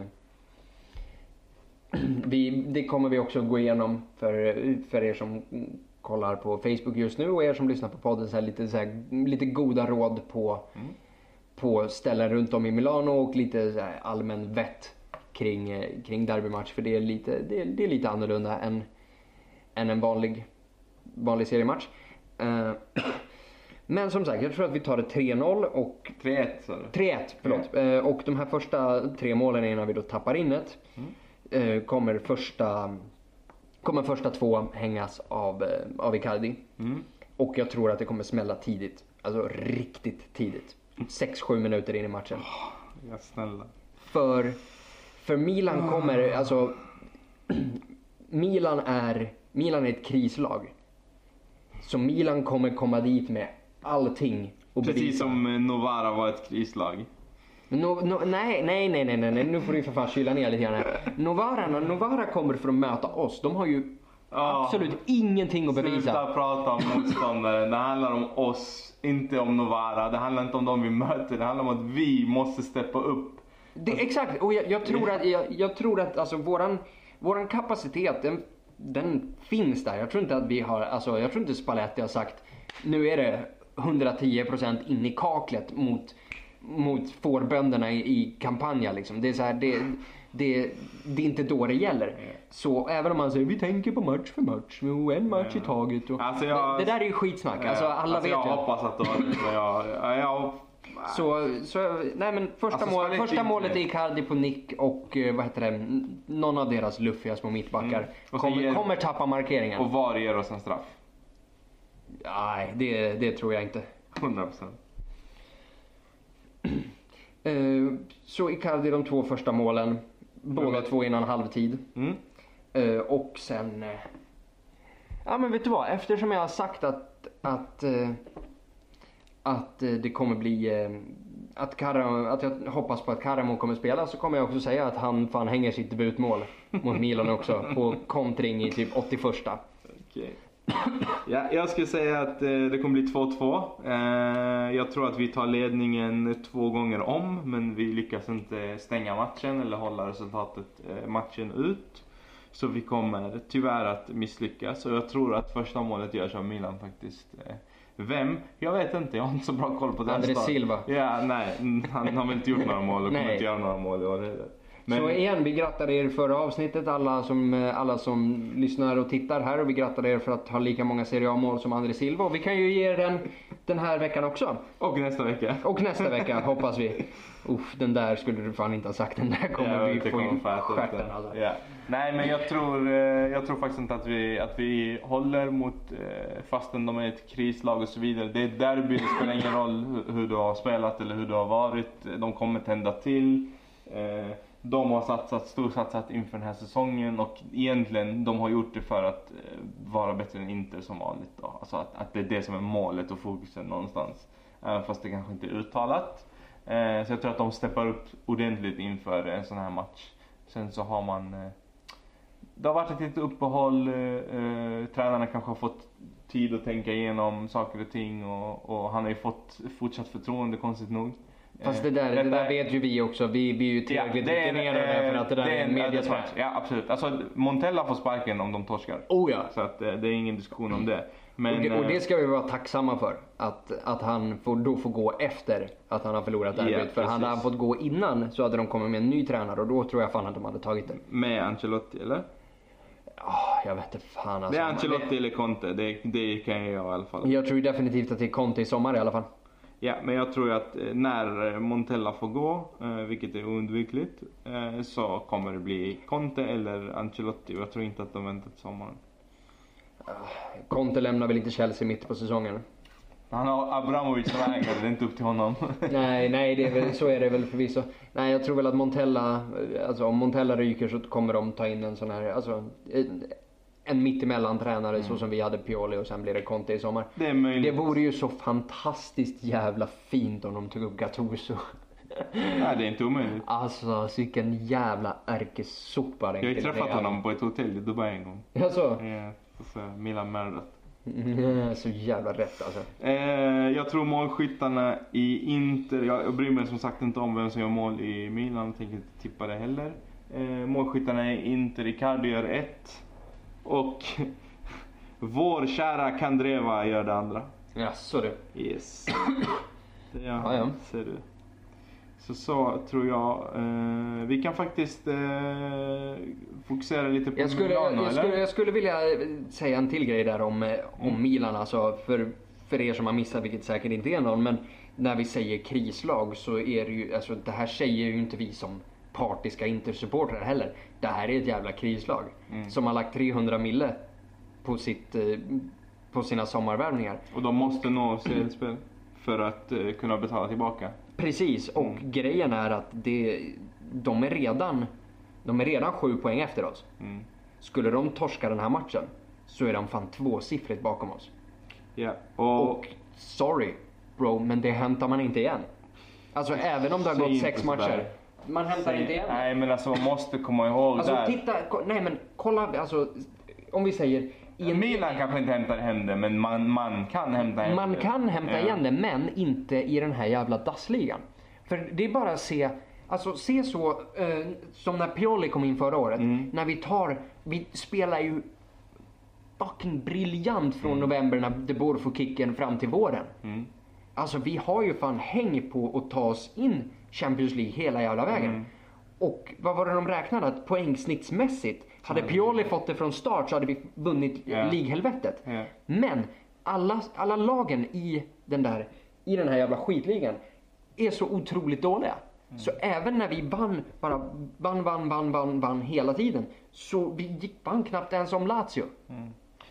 vi, det kommer vi också gå igenom för, för er som kollar på Facebook just nu och er som lyssnar på podden. Så här, lite, så här, lite goda råd på, Mm. på ställen runt om i Milano och lite så här, allmän vett kring, eh, kring derbymatch. För det är lite, det är, det är lite annorlunda än, än en vanlig, vanlig seriematch. Eh, men som sagt, jag tror att vi tar det tre noll och tre ett sa du. tre ett, förlåt. Eh, Och de här första tre målen innan vi då tappar in ett eh, kommer första kommer första två hängas av, eh, av Icardi. Mm. Och jag tror att det kommer smälla tidigt. Alltså riktigt tidigt. sex sju minuter in i matchen. Ja, snälla. För, för Milan kommer, alltså Milan är, Milan är ett krislag. Så Milan kommer komma dit med allting och Precis bevisa. som eh, Novara var ett krislag. No, no, nej, nej, nej, nej, nej, nu får du för fan kyla ner lite grann här. Novara, Novara kommer för att möta oss. De har ju Ja. absolut ingenting att bevisa. Sluta prata om motståndare. Det handlar om oss, inte om Novara. Det handlar inte om dem vi möter. Det handlar om att vi måste steppa upp. Det, exakt, och jag, jag tror att, jag, jag tror att alltså, våran, våran kapacitet, den, den finns där. Jag tror inte att vi har, alltså, jag tror inte Spalletti har sagt nu är det hundratio procent in i kaklet mot, mot fårbönderna i, i kampanjen. Liksom. Det är så här, det, det, det är inte då det gäller. Så även om man säger vi tänker på match för match och en match i taget. Och, Alltså, jag- det, det där är ju skitsnack. Alltså, alla alltså, vet jag ju. hoppas att det var det. Men jag, jag, jag, Så, så, nej men första, Alltså, mål, Spalletti första inte målet det. är Icardi på nick och eh, vad heter det, n- någon av deras luffiga små mittbackar Mm. Och så kommer, ger- kommer tappa markeringen. och VAR ger oss en straff. Nej, det, det tror jag inte. hundra procent. Eh, så Icardi de två första målen, båda Men- två innan halvtid. Mm. Eh, och sen, eh, ja men vet du vad, eftersom jag har sagt att, att, eh, att eh, det kommer bli eh, att, Karamo, att jag hoppas på att Karamo kommer spela, så kommer jag också säga att han fan hänger sitt debutmål mot Milan också på kontring i typ åttioförsta. Okej. Ja, jag skulle säga att eh, det kommer bli två två. Eh, jag tror att vi tar ledningen två gånger om, men vi lyckas inte stänga matchen eller hålla resultatet eh, matchen ut. Så vi kommer tyvärr att misslyckas, och jag tror att första målet görs av Milan faktiskt. Eh, vem? Jag vet inte, jag har inte så bra koll på den. André Silva. Ja, nej, han har väl inte gjort några mål och kommer inte göra några mål i år heller. Men... Så igen, vi grattar er förra avsnittet, alla som, alla som lyssnar och tittar här, och vi grattar er för att ha lika många Serie A-mål som André Silva, och vi kan ju ge er den den här veckan också. Och nästa vecka. Och nästa vecka, hoppas vi. Uff, den där skulle du fan inte ha sagt, den där kommer ja, vi få in stjärten alltså. Ja. Nej, men jag tror, jag tror faktiskt inte att vi, att vi håller mot, fastän de är ett krislag och så vidare. Det är derby, det spelar ingen roll hur du har spelat eller hur du har varit. De kommer tända till. De har satsat, storsatsat inför den här säsongen, och egentligen de har gjort det för att vara bättre än Inter som vanligt då. Alltså att, att det är det som är målet och fokusen någonstans. Fast det kanske inte är uttalat. Så jag tror att de steppar upp ordentligt inför en sån här match. Sen så har man... Det har varit ett litet uppehåll. Tränarna kanske har fått tid att tänka igenom saker och ting. Och, och han har ju fått fortsatt förtroende, konstigt nog. Fast det där, det där vet ju vi också. Vi, vi är ju tillräckligt ja, rutinerade för att det där det är en mediaträff. Ja, absolut. Alltså, Montella får sparken om de torskar. Oh ja. Så att, det är ingen diskussion om det. Men, och, det, och det ska vi vara tacksamma för. Att, att han får, då får gå efter att han har förlorat derbyt. Ja, för hade han fått gå innan så hade de kommit med en ny tränare. Och då tror jag fan att de hade tagit det. Med Ancelotti, eller? Oh, jag vet inte fan alltså. Det är Ancelotti men, eller Conte. Det, det kan jag i alla fall. Jag tror definitivt att det är Conte i sommar i alla fall. Ja, men jag tror att när Montella får gå, vilket är oundvikligt, så kommer det bli Conte eller Ancelotti. Jag tror inte att de väntar till sommaren. Conte lämnar väl inte Chelsea mitt på säsongen? Han har Abramovic som ägare, det är inte upp till honom. nej, nej det är väl, så är det väl förvisso. Nej, jag tror väl att Montella, alltså om Montella ryker så kommer de ta in en sån här, alltså en mittemellan tränare mm. så som vi hade Pioli, och sen blir det Conte i sommar. Det är möjligt. Det vore ju så fantastiskt jävla fint om de tog upp Gattuso. Nej, det är inte omöjligt. Alltså, vilken jävla ärkesopa. Jag har ju träffat honom på ett hotell i Dubai en gång. Ja, så? Ja, så Milan Merdat. Mm, så jävla rätt alltså. Eh, jag tror målskyttarna i Inter, jag bryr mig som sagt inte om vem som gör mål i Milan, jag tänker inte tippa det heller. Eh, målskyttarna i Inter, Icardi gör ett. Och vår kära Kandreva gör det andra. Ja, så du. Yes. Det är, ja, ja. Ser du. Så så tror jag. Eh, vi kan faktiskt eh, fokusera lite på jag skulle, Milano, jag, jag, eller? skulle, jag skulle vilja säga en till grej där om, om mm. Milan. Alltså för, för er som har missat, vilket säkert inte är någon. Men när vi säger krislag så är det ju, alltså det här säger ju inte vi som partiska Inter-supportrar heller. Det här är ett jävla krislag mm. som har lagt trehundra mille på, sitt, på sina sommarvärvningar. Och de måste nå slutspel för att uh, kunna betala tillbaka. Precis, och mm. grejen är att det, de, är redan, de är redan sju poäng efter oss. Mm. Skulle de torska den här matchen så är de fan tvåsiffrigt bakom oss. Yeah. Och... och sorry bro, men det hämtar man inte igen. Alltså även om det har gått sex matcher. Man hämtar Säg, inte igen. Nej, men alltså man måste komma ihåg alltså, där. Titta, nej men kolla, alltså om vi säger i en... Milan kanske inte hämtar hem det, men man, man kan hämta hem man det. Man kan hämta ja. igen det, men inte i den här jävla dassligan. För det är bara att se, alltså se så eh, som när Pioli kom in förra året. Mm. När vi tar, vi spelar ju fucking briljant från mm. november när De Boer får kicken fram till våren. Mm. Alltså vi har ju fan häng på att ta oss in Champions League hela jävla vägen. Mm. Och vad var det de räknade? Att poängsnittsmässigt, hade Pioli fått det från start så hade vi vunnit yeah. League-helvetet. Yeah. Men alla, alla lagen i den där, i den här jävla skitligan är så otroligt dåliga. Mm. Så även när vi vann, bara vann, vann, vann, vann, vann hela tiden, så vi gick vann knappt ens om Lazio. Mm.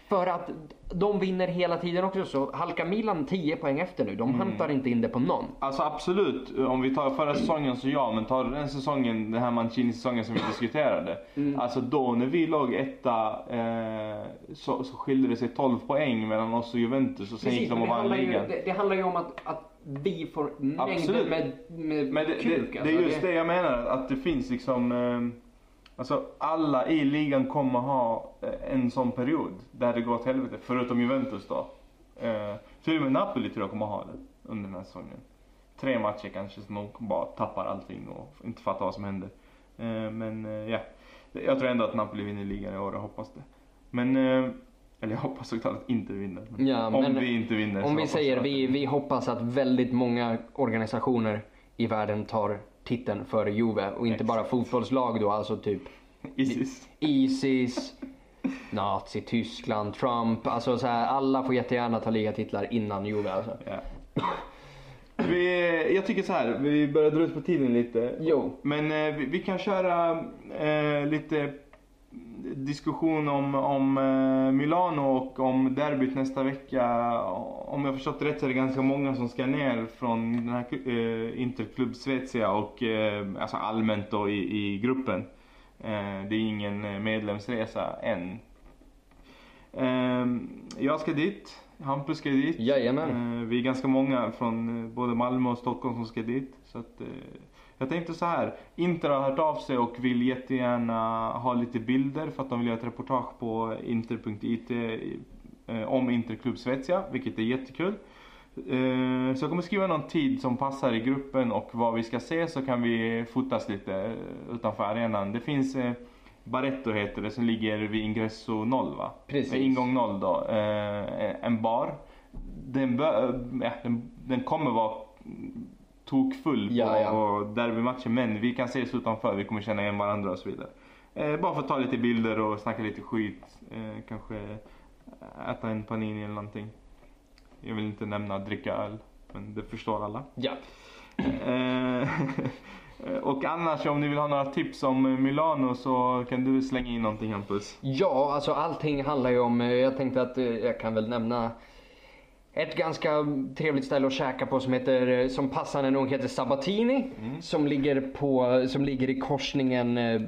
För att de vinner hela tiden också, så halkar Milan tio poäng efter nu. De mm. hämtar inte in det på någon. Alltså absolut, om vi tar förra säsongen så ja, men tar den säsongen, den här Mancini-säsongen som vi diskuterade. Mm. Alltså då när vi låg etta eh, så, så skilde det sig tolv poäng mellan oss och Juventus och sen gick de och vann ligan. Det, det handlar ju om att, att vi får mängder med, med men det, kuk. Det, alltså, det är just det... det jag menar, att det finns liksom... Eh, Alltså alla i ligan kommer ha en sån period där det går åt helvete, förutom Juventus då. Eh, till och med Napoli tror jag kommer ha det under den här säsongen. Tre matcher kanske som de bara tappar allting och inte fattar vad som händer. Eh, men eh, ja, jag tror ändå att Napoli vinner ligan i år, jag hoppas det. Men, eh, eller jag hoppas såklart att inte vinner. Men ja, om men vi inte vinner om vi säger, vi, vi hoppas att väldigt många organisationer i världen tar titeln för Juve och inte Exakt. Bara fotbollslag då, alltså typ Isis, Isis Nazi, Tyskland, Trump, alltså så här, alla får jättegärna ta ligatitlar innan Juve alltså. Ja. Vi, jag tycker så här, vi börjar dra ut på tiden lite. Jo. Men eh, vi, vi kan köra eh, lite diskussion om, om eh, Milano och om derbyt nästa vecka. Om jag förstått rätt så är det ganska många som ska ner från den här eh, Interclub Svezia och eh, alltså allmänt då i, i gruppen. Eh, det är ingen medlemsresa än. Eh, jag ska dit. Hampus ska dit. Jajamän. Eh, vi är ganska många från eh, både Malmö och Stockholm som ska dit. Så att, eh, jag tänkte så här. Inter har hört av sig och vill jättegärna ha lite bilder för att de vill göra ett reportage på inter punkt i t eh, om Interclub Svezia, vilket är jättekul. Eh, så jag kommer skriva någon tid som passar i gruppen och vad vi ska se, så kan vi fotas lite utanför arenan. Det finns eh, Barretto heter det, som ligger vid ingresso noll, va? Precis. Med ingång noll då. Eh, en bar. Den, bör, ja, den, den kommer vara tokfull på ja, ja. derbymatchen, men vi kan ses utanför, vi kommer känna igen varandra och så vidare. Eh, bara för att ta lite bilder och snacka lite skit. Eh, kanske äta en panini eller någonting. Jag vill inte nämna dricka öl, men det förstår alla. Ja. Eh, och annars, om ni vill ha några tips om Milano så kan du slänga in någonting, Hampus. Ja, alltså allting handlar ju om, jag tänkte att jag kan väl nämna ett ganska trevligt ställe att käka på som heter, som passande nog heter Sabatini. Mm. Som ligger på, som ligger i korsningen eh,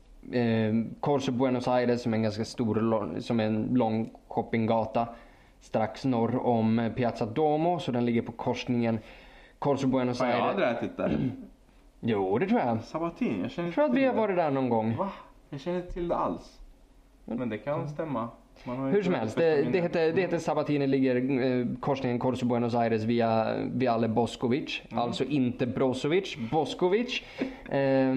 Corso Buenos Aires, som är en ganska stor, som är en lång shoppinggata strax norr om Piazza Duomo, så den ligger på korsningen Corso Buenos Aires. Har jag aldrig ätit där? Jo, det tror jag. Sabatini, jag känner jag tror att vi har varit där någon gång. Va? Jag känner inte till det alls. Men det kan stämma. Hur som helst, det, det, heter, det heter Sabatini, ligger eh, korsningen Corso Buenos Aires via Viale Boskovic. Mm. Alltså inte Brozovic, Boskovic. Eh,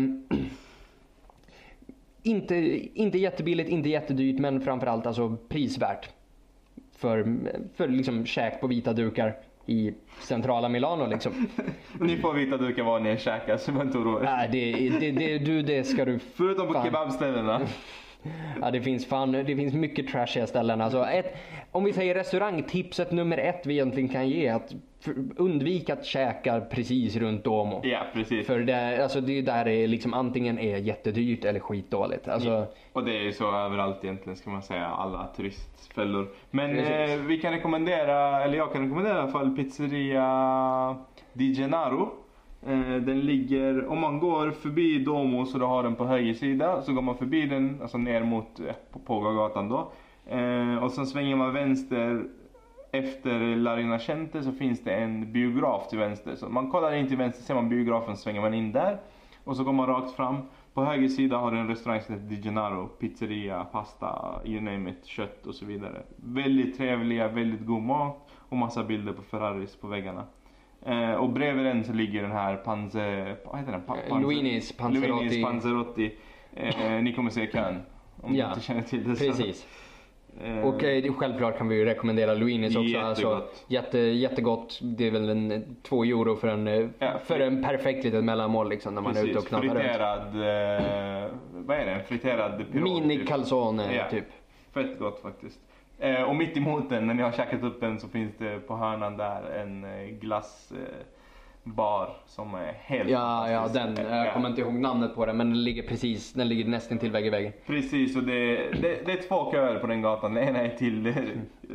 inte, inte jättebilligt, inte jättedyrt, men framförallt alltså prisvärt. För, för liksom käk på vita dukar i centrala Milano liksom. Ni får vita dukar var ni käkar, så man inte oroar. Nej, det, det, det, du, det ska du... Förutom på fan. Kebabställena. Ja, det finns fan, det finns mycket trashiga ställen. Alltså ett, om vi säger restaurangtipset nummer ett vi egentligen kan ge, att undvika att käka precis runt Duomo. Ja, precis. För det, alltså det där är liksom antingen är jättedyrt eller skitdåligt. Alltså, ja. Och det är ju så överallt egentligen, ska man säga, alla turistfällor. Men eh, vi kan rekommendera, eller jag kan rekommendera i alla fall Pizzeria Di Gennaro. Den ligger, om man går förbi Duomo så du har den på höger sida, så går man förbi den, alltså ner mot Pågagatan då. Eh, och sen svänger man vänster efter La Rinascente, så finns det en biograf till vänster. Så man kollar in till vänster, ser man biografen, svänger man in där. Och så går man rakt fram. På höger sida har du en restaurang som heter Di Gennaro, pizzeria, pasta, you name it, kött och så vidare. Väldigt trevliga, väldigt god mat och massa bilder på Ferraris på väggarna. Eh, och bredvid den så ligger den här Panze, vad heter den? Pa, Panze, Luinis Panzerotti. Luinis Panzerotti. Eh, ni kommer se kön om ja, du inte känner till det. Precis. Eh, och eh, självklart kan vi ju rekommendera Luinis också. Jättegott. Alltså, jätte, jättegott. Det är väl en, två euro för en, ja, för en perfekt litet mellanmål liksom, när man precis, är ute och knallar friterad, eh, vad är det? En friterad pirog. Mini calzone typ. Ja, typ. Fett gott faktiskt. Eh, och mitt emot den, när ni har käkat upp den, så finns det på hörnan där en eh, glass, eh, bar som är helt Ja, ja fantastisk. den. Jag kommer inte ihåg namnet på den, men den ligger precis, den ligger nästan till vägg i väggen. Precis, och det, det, det är två köer på den gatan. Den ena är till eh,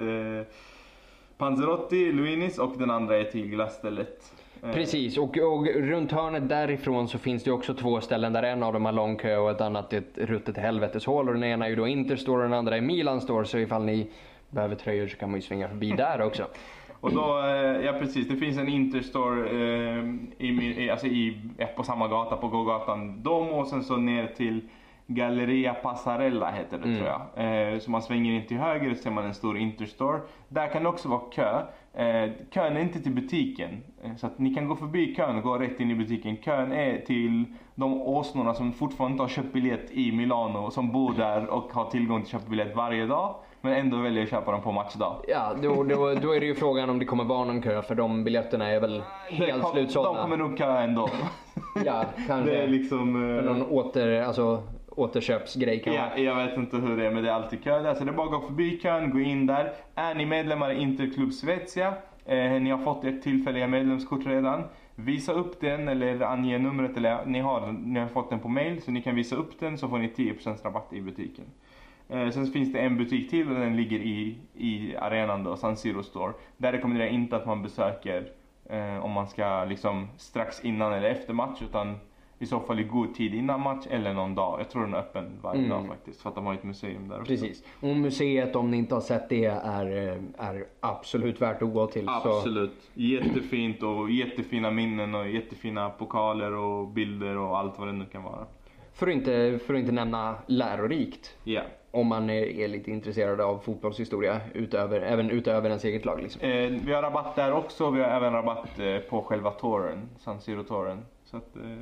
Panzerotti, Luinis och den andra är till glassstället. Eh, Precis, och, och runt hörnet därifrån så finns det också två ställen där en av dem har lång kö och ett annat är ett ruttet helveteshål. Och den ena är ju då Interstore och den andra är Milan Store, så ifall ni behöver tröjor så kan man ju svinga förbi där också. Och då, eh, ja precis, det finns en Interstore eh, i, i, alltså i, på samma gata på gågatan Dom, och sen så ner till Galleria Passarella heter det, mm. tror jag. Eh, så man svänger in till höger och ser man en stor Interstore. Där kan det också vara kö. Eh, kön är inte till butiken. Eh, så att ni kan gå förbi kön och gå rätt in i butiken. Kön är till de åsnorna som fortfarande inte har köpt biljett i Milano. Som bor där och har tillgång till köpbiljett varje dag. Men ändå väljer att köpa dem på matchdag. Ja, då, då, då är det ju frågan om det kommer vara någon kö. För de biljetterna är väl helt kom, slutsålda. De kommer nog kö ändå. Ja, kanske. Det är liksom... För någon åter, alltså, återköpsgrej kan ja, vara. jag vet inte hur det är, men det är alltid kö där. Så det är bara att gå förbi kön, gå in där. Är ni medlemmar i Interclub Svezia, eh, ni har fått ert tillfälliga medlemskort redan, visa upp den eller ange numret, eller ni har, ni har fått den på mail, så ni kan visa upp den, så får ni tio procent rabatt i butiken. Eh, sen finns det en butik till och den ligger i, i arenan då, San Siro Store. Där rekommenderar jag inte att man besöker eh, om man ska liksom strax innan eller efter match, utan i så fall i god tid innan match eller någon dag. Jag tror den är öppen varje mm. dag faktiskt, för att de har ett museum där också. Precis. Och museet, om ni inte har sett det, är, är absolut värt att gå till. Absolut. Så... Jättefint och jättefina minnen och jättefina pokaler och bilder och allt vad det nu kan vara. För att inte, för att inte nämna lärorikt. Ja. Yeah. Om man är, är lite intresserad av fotbollshistoria, utöver, även utöver ens eget lag. Liksom. Eh, vi har rabatt där också. Vi har även rabatt eh, på själva touren, San Siro-touren. Så att... Eh...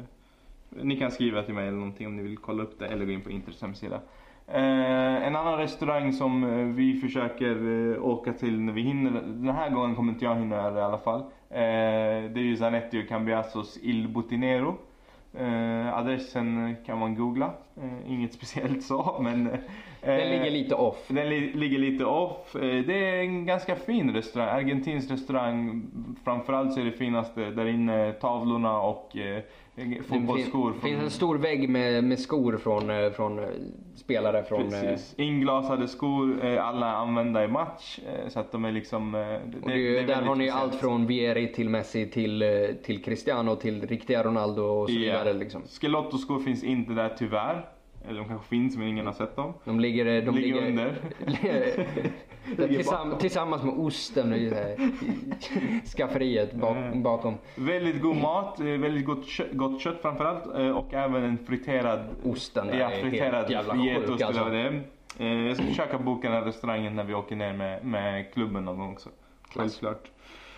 Ni kan skriva till mig eller någonting om ni vill kolla upp det, eller gå in på Inters hemsida. Eh, en annan restaurang som eh, vi försöker eh, åka till när vi hinner, den här gången kommer inte jag hinna i alla fall. Eh, det är ju Zanetti och Cambiasos Il Butinero. Eh, adressen kan man googla, eh, inget speciellt så, men... Eh, den ligger lite off. Den li- ligger lite off. Eh, det är en ganska fin restaurang, argentinsk restaurang. Framförallt så är det finaste där inne tavlorna och eh, fotbollsskor. Det finns en stor vägg med, med skor från, från spelare från... Precis. Inglasade skor, alla använda i match, så att de är liksom... Det, och det, det är där har ni allt från Vieri till Messi till, till Cristiano till riktiga Ronaldo och så yeah. vidare liksom. Schelotto-skor finns inte där tyvärr. Eller de kanske finns men ingen har sett dem. De ligger, de ligger, ligger under. tillsamm- tillsammans med osten i skafferiet bak, bakom. Väldigt god mat, väldigt gott kött, gott kött framförallt, och även en friterad osten där ja, är friterad helt jävla sjuk alltså. Det. Jag ska försöka boka den här restaurangen när vi åker ner med, med klubben någon gång också. Självklart.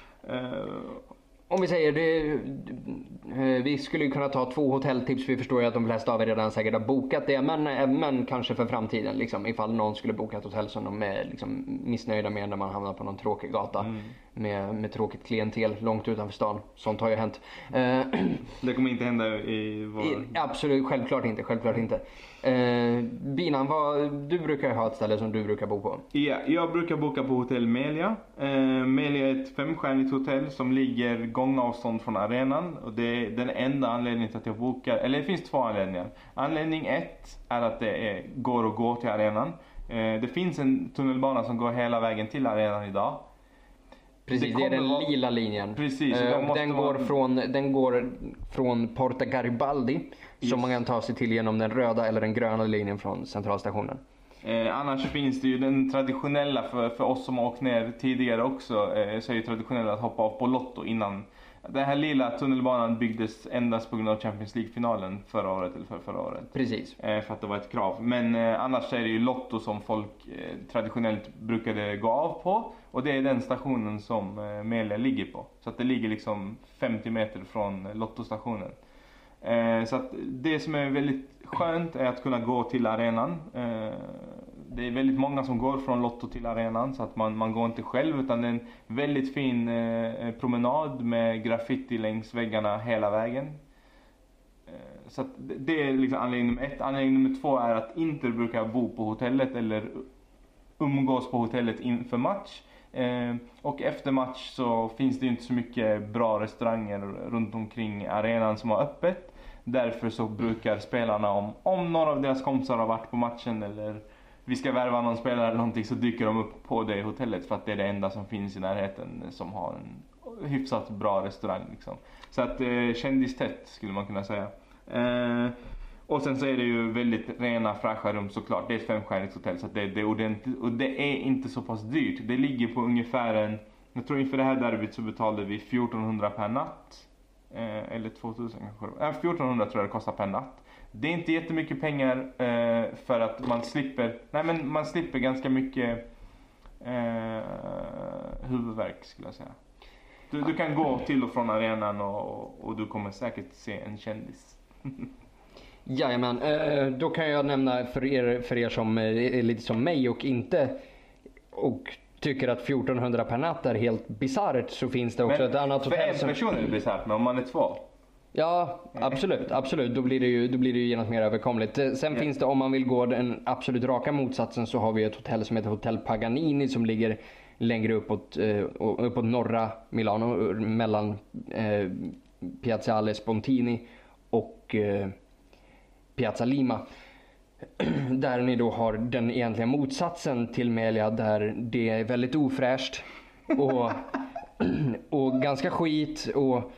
Om vi säger det, vi skulle ju kunna ta två hotelltips. Vi förstår ju att de flesta av er redan säkert har bokat det, men, men kanske för framtiden liksom, ifall någon skulle boka ett hotell som de är liksom missnöjda med när man hamnar på någon tråkig gata mm. med, med tråkigt klientel långt utanför stan. Sånt har ju hänt. Det kommer inte hända i vår... I, absolut, självklart inte, självklart inte. Eh, Binan, vad, du brukar ha ett ställe som du brukar bo på. Ja, jag brukar boka på hotell Melia. Eh, Melia är ett femstjärnigt hotell som ligger gångavstånd från arenan. Och det är den enda anledningen till att jag bokar. Eller det finns två anledningar. Anledning ett är att det är, går att gå till arenan. Eh, det finns en tunnelbana som går hela vägen till arenan idag. Precis, det, det är den vara... lila linjen. Precis, uh, den, går vara... från, den går från Porta Garibaldi, yes. som man kan ta sig till genom den röda eller den gröna linjen från centralstationen. Eh, annars finns det ju den traditionella, för, för oss som har åkt ner tidigare också, eh, så är det traditionella att hoppa av på Lotto innan. Den här lilla tunnelbanan byggdes endast på grund av Champions League-finalen förra året eller för förra året. Precis. Eh, för att det var ett krav. Men eh, annars är det ju Lotto som folk eh, traditionellt brukade gå av på. Och det är den stationen som eh, Melia ligger på. Så att det ligger liksom femtio meter från Lottostationen. Eh, så att det som är väldigt skönt är att kunna gå till arenan. Eh, det är väldigt många som går från Lotto till arenan, så att man, man går inte själv, utan det är en väldigt fin eh, promenad med graffiti längs väggarna hela vägen. Eh, så att det är liksom anledning nummer ett. Anledning nummer två är att Inter brukar bo på hotellet eller umgås på hotellet inför match. Eh, och efter match så finns det inte så mycket bra restauranger runt omkring arenan som har öppet. Därför så brukar spelarna, om, om några av deras kompisar har varit på matchen eller vi ska värva någon spelare eller någonting, så dyker de upp på det hotellet för att det är det enda som finns i närheten som har en hyfsat bra restaurang liksom. Så att eh, kändistätt skulle man kunna säga. Eh, och sen så är det ju väldigt rena, fräscha rum såklart. Det är ett femstjärnigt hotell så att det, det är ordentligt och det är inte så pass dyrt. Det ligger på ungefär en, jag tror inför det här derbyt så betalade vi fjortonhundra per natt. Eh, eller tvåtusen kanske. Eh, fjortonhundra tror jag det kostar per natt. Det är inte jättemycket pengar eh, för att man slipper, nej men man slipper ganska mycket eh, huvudvärk skulle jag säga. Du, du kan gå till och från arenan och, och du kommer säkert se en kändis. Jajamän, eh, då kan jag nämna för er, för er som är lite som mig och inte och tycker att fjortonhundra per natt är helt bizarrt, så finns det också men ett annat hotell. För en person som... är det bizarrt, men om man är två? Ja, absolut, absolut. Då blir det ju, då blir det ju genast mer överkomligt. Sen yeah. finns det, om man vill gå den absolut raka motsatsen, så har vi ett hotell som heter Hotel Paganini som ligger längre uppåt, eh, uppåt norra Milano, mellan eh, Piazzale Spontini och eh, Piazza Lima. Där ni då har den egentliga motsatsen till Melia, där det är väldigt ofräscht och, och ganska skit, och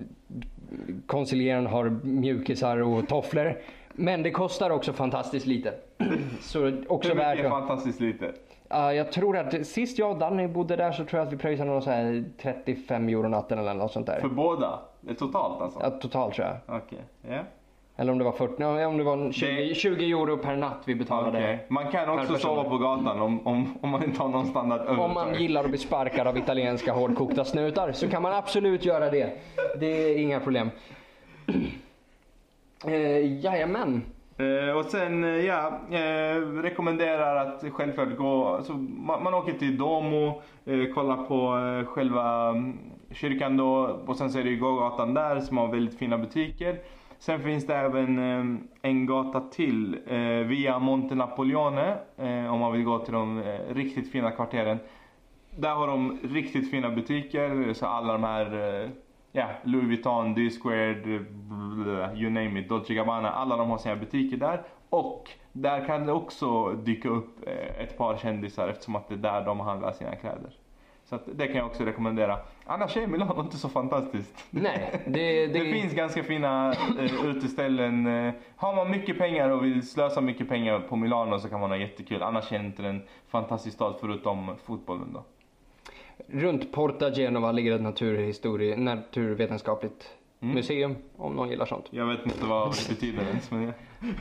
konsiljeren har mjukisar och tofflor. Men det kostar också fantastiskt lite. Så också Hur mycket är värt fantastiskt lite? Uh, jag tror att sist jag och Danny bodde där så tror jag att vi pröjsade någon så här trettiofem euro natten eller något sånt där. För båda? Det är totalt alltså? Ja, totalt tror jag. Okej, okay. ja. Yeah. Eller om det var fyrtio, om det var tjugo, tjugo euro per natt vi betalade. Okay. Man kan också sova på gatan om, om, om man inte har någon standard över. Om man gillar att bli sparkad av italienska hårdkokta snutar så kan man absolut göra det. Det är inga problem. Uh, jajamän. Uh, och sen, uh, ja, uh, rekommenderar att självklart gå, alltså, man, man åker till Domo, uh, kollar på uh, själva um, kyrkan då, och sen så är det ju gågatan där som har väldigt fina butiker. Sen finns det även um, en gata till, uh, via Monte Napoleone, uh, om man vill gå till de uh, riktigt fina kvarteren. Där har de riktigt fina butiker, så alla de här... Uh, Ja, yeah, Louis Vuitton, D-Squared, you name it, Dolce Gabbana, alla de har sina butiker där. Och där kan det också dyka upp ett par kändisar eftersom att det är där de handlar sina kläder. Så att det kan jag också rekommendera. Annars är Milano inte så fantastiskt. Nej, det, det... det finns ganska fina uh, uteställen. Uh, har man mycket pengar och vill slösa mycket pengar på Milano så kan man ha jättekul. Annars är det inte en fantastisk stad förutom fotbollen då. Runt Porta Genova ligger ett naturhistorie, naturvetenskapligt mm. museum, om någon gillar sånt. Jag vet inte vad det betyder ens, men ja.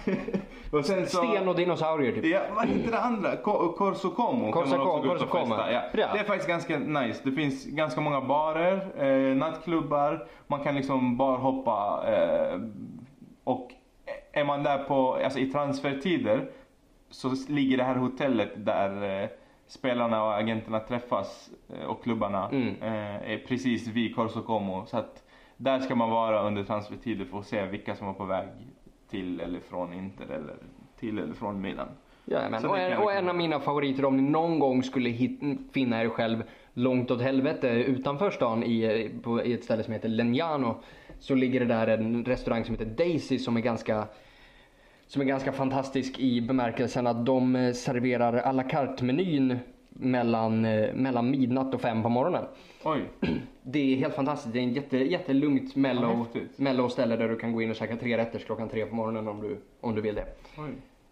och sen så, sten och dinosaurier typ. Ja, vad heter det andra? Corso Como kan man också gå ut och festa. Ja. Ja. Det är faktiskt ganska nice. Det finns ganska många barer, eh, nattklubbar. Man kan liksom bara hoppa eh, och är man där på, alltså i transfertider så ligger det här hotellet där eh, spelarna och agenterna träffas och klubbarna mm. eh, är precis vid Corso Como. Så att där ska man vara under transfertider för att se vilka som är på väg till eller från Inter eller till eller från Milan. Ja, men, och, en, och en av mina favoriter, om ni någon gång skulle hit, finna er själv långt åt helvete utanför stan i, på, i ett ställe som heter Legnano, så ligger det där en restaurang som heter Daisy som är ganska som är ganska fantastisk i bemärkelsen att de serverar à la carte-menyn mellan, mellan midnatt och fem på morgonen. Oj. Det är helt fantastiskt. Det är en jätte, jättelugnt mellow, ja, mellow ställe där du kan gå in och käka tre rätter klockan tre på morgonen om du, om du vill det. Oj.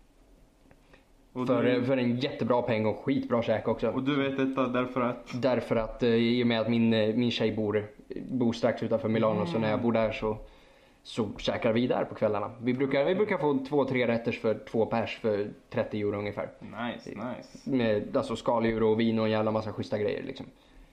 För, du... för en jättebra peng och skitbra käk också. Och du vet detta därför att? Därför att i och med att min, min tjej bor, bor strax utanför Milano, mm. så när jag bor där så så käkar vi där på kvällarna. Vi brukar, vi brukar få två, tre rätters för två pers för trettio euro ungefär. Nice, nice. Med alltså skaldjur och vin och en jävla massa schyssta grejer liksom.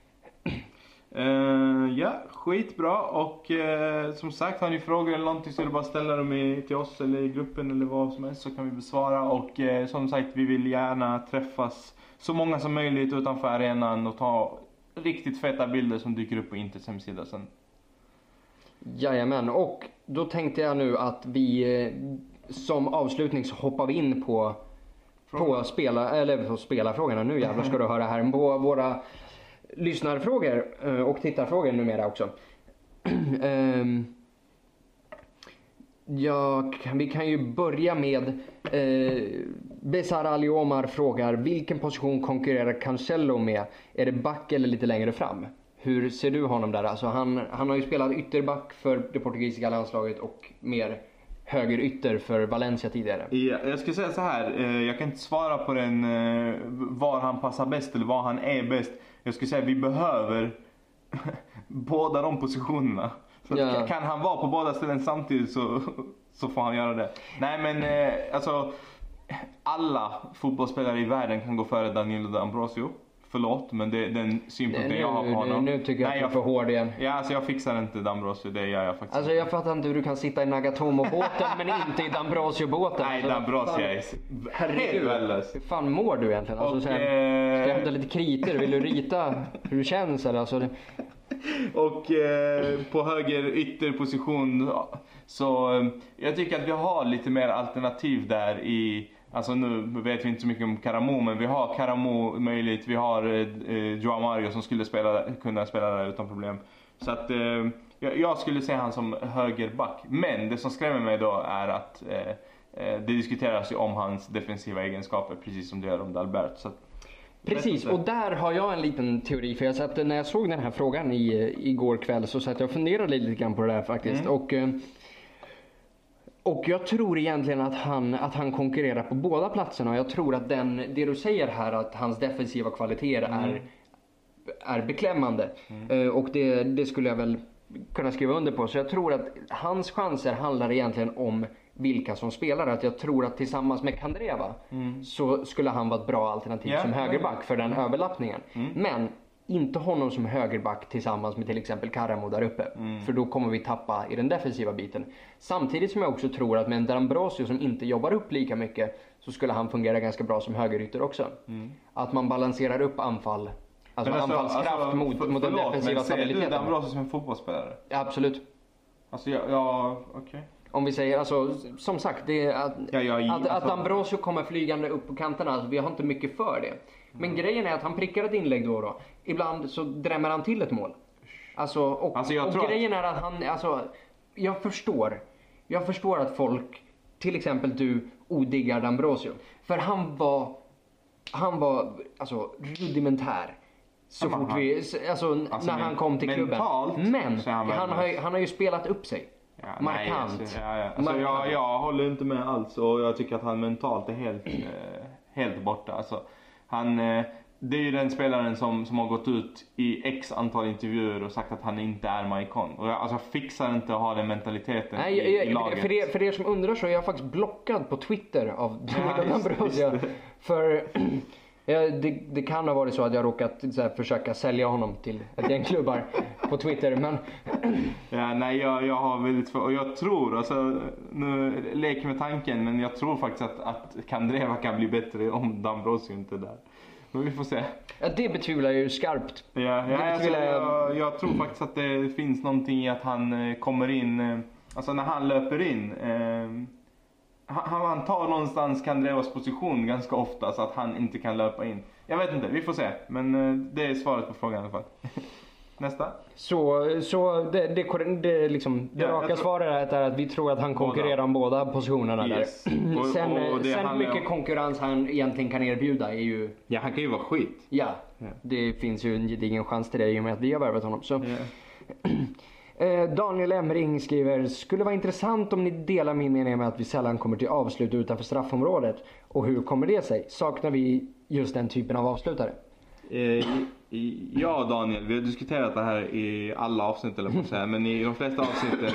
Uh, ja, skitbra. Och uh, som sagt, har ni frågor eller någonting så är det bara att ställa dem i, till oss eller i gruppen eller vad som helst så kan vi besvara. Och uh, som sagt, vi vill gärna träffas så många som möjligt utanför arenan och ta riktigt feta bilder som dyker upp på Inters hemsida sen. Jajamän, och då tänkte jag nu att vi som avslutning så hoppar vi in på på spela, eller på spelarfrågorna. Nu jävlar ska du höra här. På våra lyssnarfrågor och tittarfrågor numera också. um, ja, vi kan ju börja med eh, Besar Ali Omar frågar: vilken position konkurrerar Cancelo med? Är det back eller lite längre fram? Hur ser du honom där? Alltså han, han har ju spelat ytterback för det portugisiska landslaget och mer höger ytter för Valencia tidigare. Ja, jag skulle säga så här, jag kan inte svara på den var han passar bäst eller var han är bäst. Jag skulle säga vi behöver båda de positionerna. Så ja. Kan han vara på båda ställen samtidigt så, så får han göra det. Nej men alltså alla fotbollsspelare i världen kan gå före Danilo D'Ambrosio. Förlåt, men det är den synpunkten nu, jag har på honom. Nu tycker jag Nej, att du är för hård igen. Ja, alltså jag fixar inte D'Ambrosio, det gör jag faktiskt. Alltså jag fattar inte hur du kan sitta i Nagatomo-båten men inte i D'Ambrosio-båten. Nej, D'Ambrosio är herregud. Hur fan mår du egentligen? Alltså, och, så här, ska jag hämta lite kriter? Vill du rita hur du känns? Eller? Alltså, det... Och eh, på höger ytterposition så eh, jag tycker att vi har lite mer alternativ där i... Alltså nu vet vi inte så mycket om Karamo, men vi har Karamo möjligt. Vi har eh, Joao Mario som skulle spela, kunna spela där utan problem. Så att eh, jag, jag skulle se han som högerback. Men det som skrämmer mig då är att eh, det diskuteras ju om hans defensiva egenskaper, precis som det gör om Dalbert. Så att, precis, och där har jag en liten teori. För jag satt, när jag såg den här frågan i, igår kväll så satt jag och funderade lite grann på det där faktiskt. Mm. Och... Eh, Och jag tror egentligen att han, att han konkurrerar på båda platserna. Och jag tror att den, det du säger här, att hans defensiva kvaliteter mm. är, är beklämmande. Mm. Uh, och det, det skulle jag väl kunna skriva under på. Så jag tror att hans chanser handlar egentligen om vilka som spelar. Att jag tror att tillsammans med Kandreva mm. så skulle han vara ett bra alternativ yeah. som högerback för den mm. överlappningen. Mm. Men... inte honom som högerback tillsammans med till exempel Karamo där uppe. Mm. För då kommer vi tappa i den defensiva biten. Samtidigt som jag också tror att med en D'Ambrosio som inte jobbar upp lika mycket så skulle han fungera ganska bra som högerytter också. Mm. Att man balanserar upp anfall. Alltså, alltså anfallskraft alltså, mot, för, mot den defensiva men stabiliteten. Men ser du D'Ambrosio som en fotbollsspelare? Ja, absolut. Alltså ja, ja okej. Okay. Om vi säger, alltså som sagt, det är att, ja, ja, att, alltså. att D'Ambrosio kommer flygande upp på kanterna, alltså, vi har inte mycket för det. Men mm. grejen är att han prickar ett inlägg då och då. Ibland så drämmer han till ett mål. Alltså, och, alltså och grejen är att han, alltså, jag förstår. Jag förstår att folk, till exempel du, odiggar D'Ambrosio. För han var, han var, alltså, rudimentär. Så fort han, vi, alltså, alltså när han kom till klubben. Men han, han, har, han har ju spelat upp sig. Ja, markant. Nej, alltså, ja, ja. Alltså, jag, jag håller inte med alls och jag tycker att han mentalt är helt, eh, helt borta. Alltså, han, eh, det är ju den spelaren som, som har gått ut i x antal intervjuer och sagt att han inte är Maicon. Och jag alltså, fixar inte att ha den mentaliteten. Nej, i, jag, i laget. För er, för er som undrar så är jag faktiskt blockad på Twitter av D'Ambrosio. För... Ja, det, det kan ha varit så att jag råkat så här, försöka sälja honom till ett gäng klubbar på Twitter, men... Ja, nej, jag, jag har väldigt för... Och jag tror, alltså, nu leker med tanken, men jag tror faktiskt att, att Kandreva kan bli bättre om D'Ambrosio inte är där. Men vi får se. Ja, det betvivlar jag ju skarpt. Ja, ja alltså, jag... Jag, jag tror faktiskt att det finns någonting i att han kommer in... Alltså när han löper in... Eh, Han, han tar någonstans Kandrevas position ganska ofta så att han inte kan löpa in. Jag vet inte, vi får se. Men det är svaret på frågan i alla fall. Nästa. Så, så det, det, det, liksom, det ja, raka tror... svaret är att vi tror att han konkurrerar båda. om båda positionerna yes. där. Och, sen och, och sen hur mycket om... konkurrens han egentligen kan erbjuda är ju... Ja, han kan ju vara skit. Ja, ja. Det finns ju en gedigen chans till det i och med att vi har värvat honom. Så... Yeah. Daniel Emring skriver: skulle vara intressant om ni delar min mening med att vi sällan kommer till avslut utanför straffområdet. Och hur kommer det sig? Saknar vi just den typen av avslutare? Eh, ja Daniel, vi har diskuterat det här i alla avsnitt eller på säga, men i de flesta avsnitten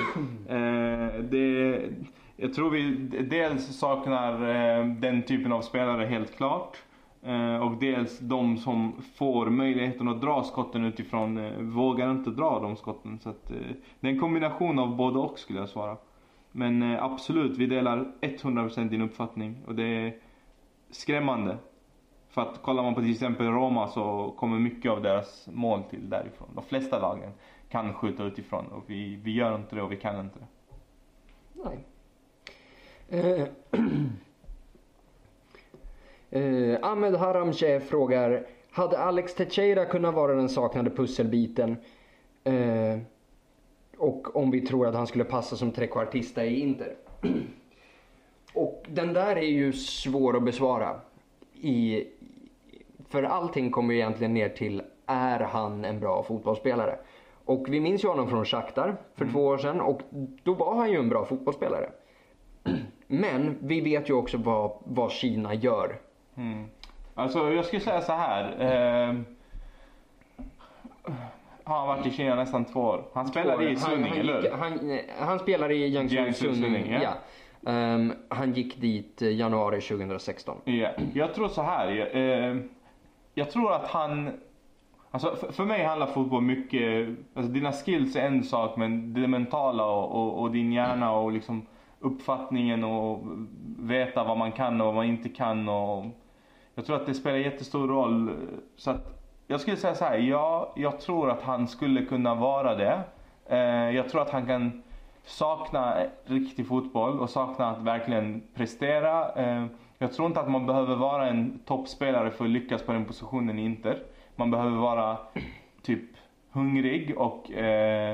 eh, det, jag tror vi dels saknar eh, den typen av spelare helt klart. Uh, och dels de som får möjligheten att dra skotten utifrån uh, vågar inte dra de skotten. Så att, uh, det är en kombination av både och skulle jag svara. Men uh, absolut, vi delar hundra procent din uppfattning. Och det är skrämmande. För att kollar man på till exempel Roma så kommer mycket av deras mål till därifrån. De flesta lagen kan skjuta utifrån och vi, vi gör inte det och vi kan inte det. Nej. Uh. Uh, Ahmed Haramche frågar: hade Alex Teixeira kunnat vara den saknade pusselbiten? Uh, och om vi tror att han skulle passa som trekvartista i Inter. Och den där är ju svår att besvara. I, för allting kommer ju egentligen ner till: är han en bra fotbollsspelare? Och vi minns ju honom från Shakhtar för mm. två år sedan. Och då var han ju en bra fotbollsspelare. Men vi vet ju också vad, vad Kina gör. Mm. Alltså jag skulle säga så här. Eh, har han varit i Kina nästan två år? Han spelade i Sunning, eller han, han, han spelade i Jiangsu Sunning, ja. ja. Um, han gick dit januari tjugohundrasexton. Ja, jag tror så här. Jag, eh, jag tror att han... Alltså för, för mig handlar fotboll mycket... Alltså dina skills är en sak, men det mentala och, och, och din hjärna och liksom uppfattningen och veta vad man kan och vad man inte kan. Och jag tror att det spelar jättestor roll. Så att jag skulle säga så här, ja, jag tror att han skulle kunna vara det. Eh, jag tror att han kan sakna riktig fotboll och sakna att verkligen prestera. Eh, jag tror inte att man behöver vara en toppspelare för att lyckas på den positionen i Inter. Man behöver vara typ hungrig och, eh,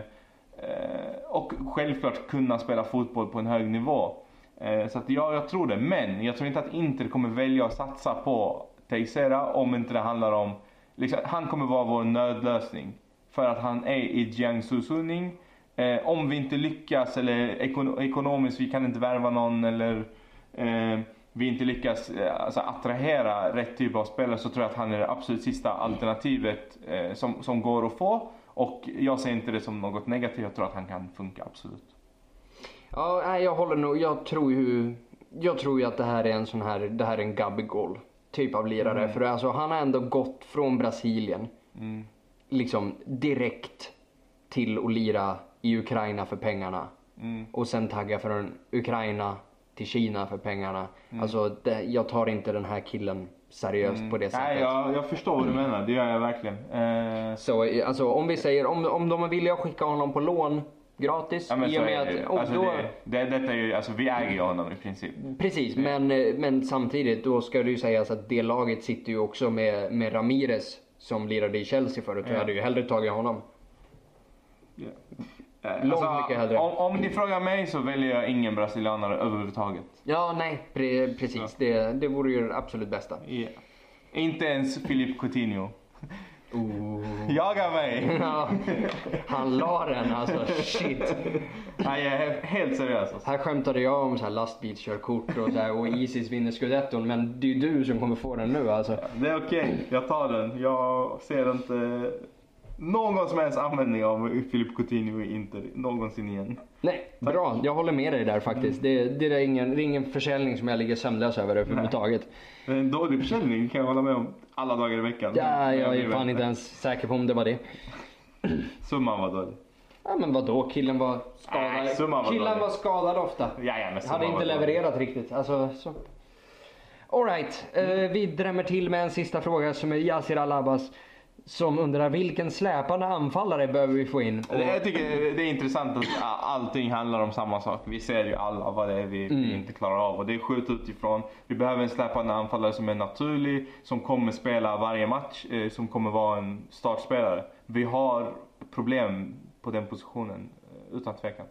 och självklart kunna spela fotboll på en hög nivå. Eh, så att ja, jag tror det. Men jag tror inte att Inter kommer välja att satsa på Teixeira om inte det handlar om... Liksom, han kommer vara vår nödlösning. För att han är i Jiangsu Suning. Eh, om vi inte lyckas eller ekon- ekonomiskt, vi kan inte värva någon eller... Eh, vi inte lyckas alltså, attrahera rätt typ av spelare, så tror jag att han är det absolut sista alternativet eh, som, som går att få. Och jag ser inte det som något negativt. Jag tror att han kan funka, absolut. Ja, nej, jag håller nog. Jag tror ju jag tror ju att det här är en sån här det här är en Gabigol typ av lirare, mm. för alltså han har ändå gått från Brasilien mm. liksom direkt till att lira i Ukraina för pengarna. Mm. Och sen tagga från Ukraina till Kina för pengarna. Mm. Alltså det, jag tar inte den här killen seriöst mm. på det sättet. Nej, jag, jag förstår vad du menar. Det gör jag verkligen. Eh... Så alltså om vi säger om, om de är villiga att skicka honom på lån gratis, ja, men i och med att och alltså då, det, det, detta är ju, alltså vi äger ju honom i princip. Precis, men, men samtidigt då ska det ju sägas att det laget sitter ju också med, med Ramirez som lirade i Chelsea förut. Ja. Jag hade ju hellre tagit honom. Yeah. Långt alltså, mycket hellre. Om, om ni frågar mig så väljer jag ingen brasilianare överhuvudtaget. Ja, nej, pre- precis. Ja. Det, det vore ju det absolut bästa. Yeah. Inte ens Philippe Coutinho. Oh. Jaga mig! Ja, han la den alltså, shit. Nej, jag är helt seriös alltså. Här skämtade jag om så här lastbilskörkort och, så här, och Isis vinner Scudetton, men det är du som kommer få den nu alltså. Ja, det är okej, okay. Jag tar den. Jag ser inte någon som helst användning av Philippe Coutinho inte någonsin igen. Nej, tack. Bra. Jag håller med dig där faktiskt. Det, det, är ingen, det är ingen försäljning som jag ligger sömnlös över överhuvudtaget. En dålig försäljning kan jag hålla med om alla dagar i veckan. Ja, jag är fan inte ens säker på om det var det. Summan var dålig. Ja, men vadå? Killen var skadad. Nej, var Killen dålig. var skadad ofta. Ja, ja, men hade inte levererat dålig. Riktigt. Alltså, så. All right. Mm. Uh, vi drämmer till med en sista fråga som är Yasir Al-Abbas. Som undrar vilken släpande anfallare behöver vi få in? Och... Jag tycker det är intressant att allting handlar om samma sak. Vi ser ju alla vad det är vi, mm. vi inte klarar av. Och det är skjut utifrån. Vi behöver en släpande anfallare som är naturlig. Som kommer spela varje match. Eh, som kommer vara en startspelare. Vi har problem på den positionen. Utan tvekan.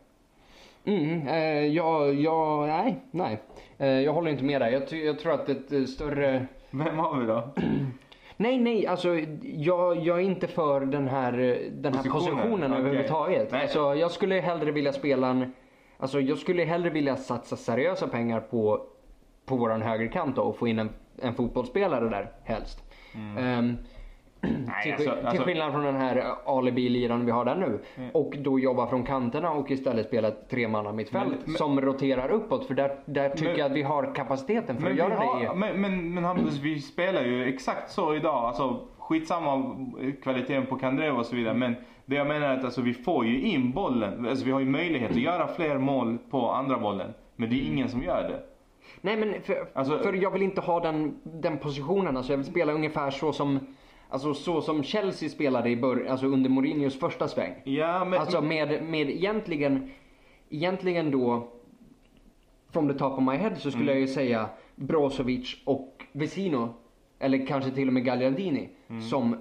Mm, eh, ja, ja, nej, nej. Eh, jag håller inte med där. Jag, t- jag tror att ett eh, större... Vem har vi då? Nej, nej, alltså jag, jag är inte för den här, den här positionen, positionen okay. överhuvudtaget. Alltså, jag skulle hellre vilja spela en, alltså jag skulle hellre vilja satsa seriösa pengar på, på våran högerkant då, och få in en, en fotbollsspelare där helst. Mm. Um, Nej, till, alltså, till alltså... skillnad från den här alibi-liran vi har där nu. Mm. Och då jobba från kanterna och istället spela ett tremanna mittfält men, men, som roterar uppåt. För där, där tycker men, jag att vi har kapaciteten för att göra har, det. Men, men, men Hampus, vi spelar ju exakt så idag. Alltså skitsamma kvaliteten på Kandreva och så vidare. Men det jag menar är att alltså, vi får ju in bollen. Alltså, vi har ju möjlighet att göra fler mål på andra bollen. Men det är ingen som gör det. Nej, men för, alltså, för jag vill inte ha den, den positionen. Alltså, jag vill spela ungefär så som... Alltså så som Chelsea spelade i bör- alltså under Mourinhos första sväng. Ja, men... Alltså med, med egentligen, egentligen då, from the top of my head så skulle mm. jag ju säga Brozovic och Vesino eller kanske till och med Gagliardini mm. som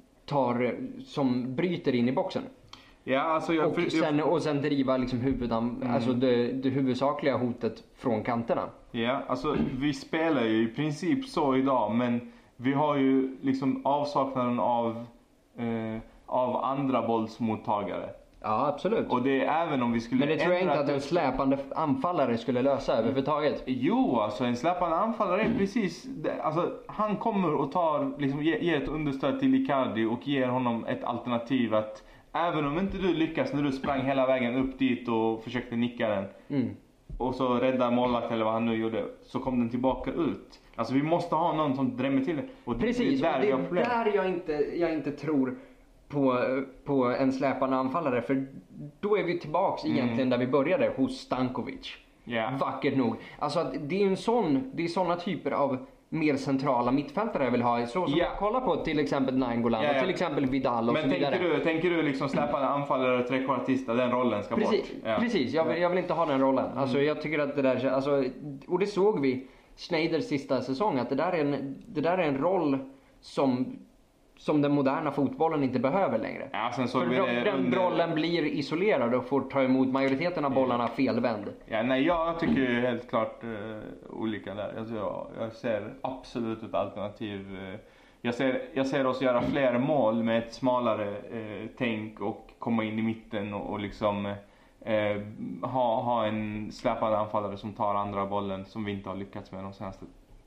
tar som bryter in i boxen. Ja, alltså jag, och, jag, sen, och sen driva liksom huvudan, mm. alltså det, det huvudsakliga hotet från kanterna. Ja, alltså vi spelar ju i princip så idag, men vi har ju liksom avsaknaden av eh, av andra bollsmottagare. Ja, absolut. Och det är även om vi skulle. Men det tror jag inte att en släpande anfallare skulle lösa mm. överhuvudtaget. Jo, alltså en släpande anfallare är precis det, alltså han kommer och tar liksom ger, ger ett understöd till Icardi och ger honom ett alternativ att även om inte du lyckas när du sprang hela vägen upp dit och försökte nicka den mm. och så rädda målvakt eller vad han nu gjorde, så kom den tillbaka ut. Alltså vi måste ha någon som drämmer till det. Och precis, det är där, och det är där jag, inte, jag inte tror på, på en släpande anfallare. För då är vi tillbaks mm. egentligen där vi började, hos Stankovic. Yeah. Vackert nog. Alltså att det är en sån, det är såna typer av mer centrala mittfältare jag vill ha. Så som yeah. kolla på till exempel Nainggolan yeah, yeah. och till exempel Vidal och men så vidare. Men tänker du, tänker du liksom släpande anfallare och trekvartista, den rollen ska precis, bort? Ja. Precis, jag vill, jag vill inte ha den rollen. Mm. Alltså jag tycker att det där, alltså, och det såg vi Schneiders sista säsong, att det där är en, det där är en roll som som den moderna fotbollen inte behöver längre. Ja, sen så för vi den under... rollen blir isolerad och får ta emot majoriteten av bollarna felvänd. Ja, nej, jag tycker helt klart uh, olika där. Alltså, jag, jag ser absolut ett alternativ. Uh, jag, ser, jag ser oss göra fler mål med ett smalare uh, tänk och komma in i mitten och, och liksom uh, ha, ha en släpande anfallare som tar andra bollen som vi inte har lyckats med de senaste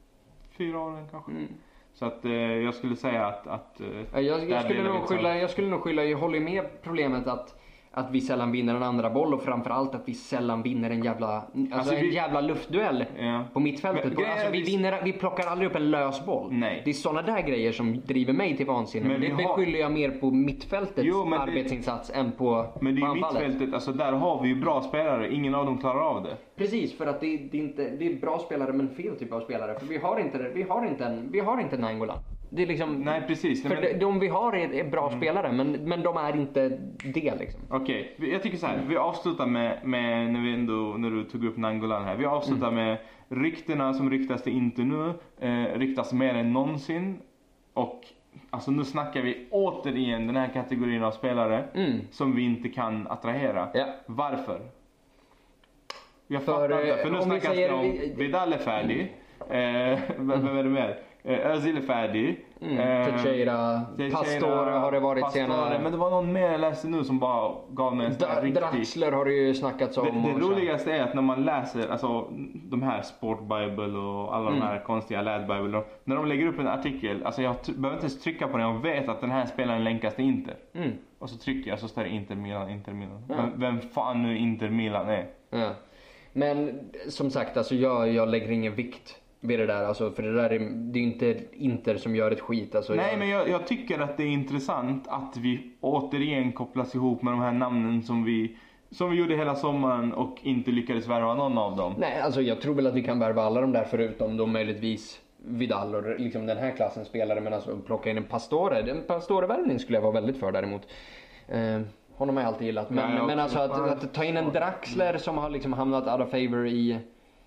fyra åren kanske. Mm. Så att eh, jag skulle säga att... att eh, jag, jag, skulle nog skylla, jag skulle nog skylla, jag håller med problemet att, att vi sällan vinner en andra boll och framförallt att vi sällan vinner en jävla, alltså alltså en vi, jävla luftduell ja. på mittfältet. Men, alltså, vi, vinner, vi plockar aldrig upp en lös boll. Nej. Det är sådana där grejer som driver mig till vansinne. Men det har... beskyller jag mer på mittfältets jo, arbetsinsats det... än på Men det är anfallet. Mittfältet, alltså där har vi ju bra spelare, ingen av dem klarar av det. Precis, för att det, det, är inte, det är bra spelare men fel typ av spelare. För vi har inte, vi har inte en, vi har inte Nainggolan. Det är liksom, nej, precis. För men... de, de vi har är, är bra mm. spelare, men, men de är inte det liksom. Okej, okay. Jag tycker så här. Vi avslutar med, med när, vi ändå, när du tog upp Nainggolan här. Vi avslutar mm. med ryktena som ryktas till inte nu. Eh, ryktas mer än någonsin. Och alltså nu snackar vi återigen den här kategorin av spelare mm. som vi inte kan attrahera. Ja. Varför? Jag för, fattar inte. För nu snackas det om vi... Vidal är färdig. Eh, vem är det mer? Özil är färdig. Mm. Eh, Teixeira, Pastore har det varit Pastore, senare. Men det var någon mer jag läste nu som bara gav mig en da, riktig... Draxler har det ju snackats om. Det, det roligaste är att när man läser alltså, de här Sport Bible och alla mm. de här konstiga Lad Bible. När de lägger upp en artikel, alltså jag t- behöver inte ens trycka på den. Jag vet att den här spelaren länkas till Inter. Mm. Och så trycker jag så står det Inter Milan, Inter Milan. Ja. Vem, vem fan nu Inter Milan är. Ja. Men som sagt, alltså jag, jag lägger ingen vikt vid det där, alltså, för det där är, det är inte Inter som gör ett skit. Alltså, nej, jag... men jag, jag tycker att det är intressant att vi återigen kopplas ihop med de här namnen som vi, som vi gjorde hela sommaren och inte lyckades värva någon av dem. Nej, alltså jag tror väl att vi kan värva alla de där förutom då möjligtvis Vidal och liksom den här klassen spelare, men alltså plocka in en Pastore, en Pastore-värvning skulle jag vara väldigt för däremot. Eh, honom har jag alltid gillat, men, ja, men alltså att, att ta in en Draxler som har liksom hamnat out of favor i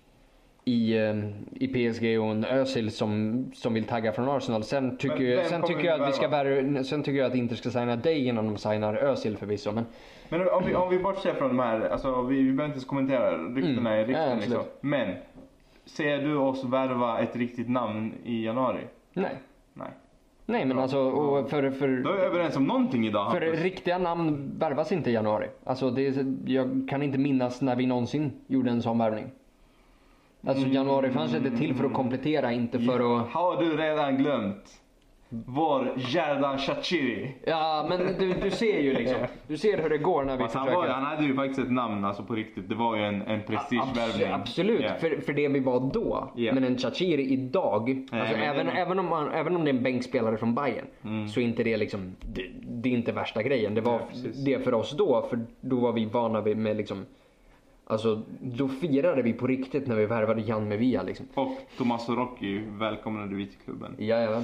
I, i P S G och en Özil som, som vill tagga från Arsenal. Sen tycker, sen tycker jag att vi ska värva, sen tycker jag att Inter ska signa dig innan de signar Özil förvisso. Men, men om vi, om vi bortser från de här, alltså vi, vi behöver inte ens kommentera ryktena mm, i rykten ja, liksom. Men ser du oss värva ett riktigt namn i januari? Nej. Nej. Nej, men alltså och för, för, då är vi överens om någonting idag. För Hampus. Riktiga namn värvas inte i januari. Alltså det, jag kan inte minnas när vi någonsin gjorde en sån värvning. Alltså januarifönstret är till för att komplettera, inte för att... Har du redan glömt vår Xherdan Shaqiri? Ja, men du, du ser ju liksom. Du ser hur det går när vi Fast försöker. Han, var, han hade ju faktiskt ett namn alltså på riktigt. Det var ju en, en prestigevärvning. Absolut, yeah. för, för det vi var då. Yeah. Men en Shaqiri idag, yeah, alltså även, det... även, om man, även om det är en bänkspelare från Bayern mm. så är inte det liksom, det, det är inte värsta grejen. Det var ja, det för oss då, för då var vi vana vid med liksom... Alltså, då firade vi på riktigt när vi värvade Jan Mevia liksom. Och Tommaso Rocchi, välkomnade vi till klubben. Jajamän.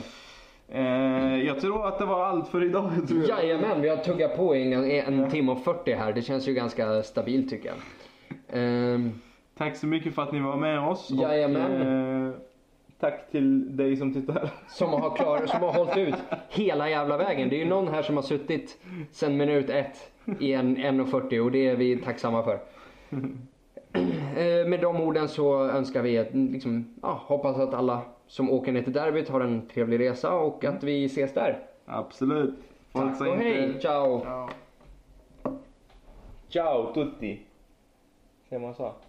Eh, jag tror att det var allt för idag. Jajamän, vi har tuggat på en, en ja. timme och fyrtio här. Det känns ju ganska stabilt tycker jag. Eh, Tack så mycket för att ni var med oss. Jajamän. Och, eh, tack till dig som tittar. Som har, klar, som har hållit ut hela jävla vägen. Det är ju någon här som har suttit sedan minut ett i en en fyrtio och det är vi tacksamma för. Med de orden så önskar vi att, liksom, ja, hoppas att alla som åker ner till derbyt har en trevlig resa och att vi ses där. Absolut. Tack och hej. Ciao. Ciao tutti. Säger man så?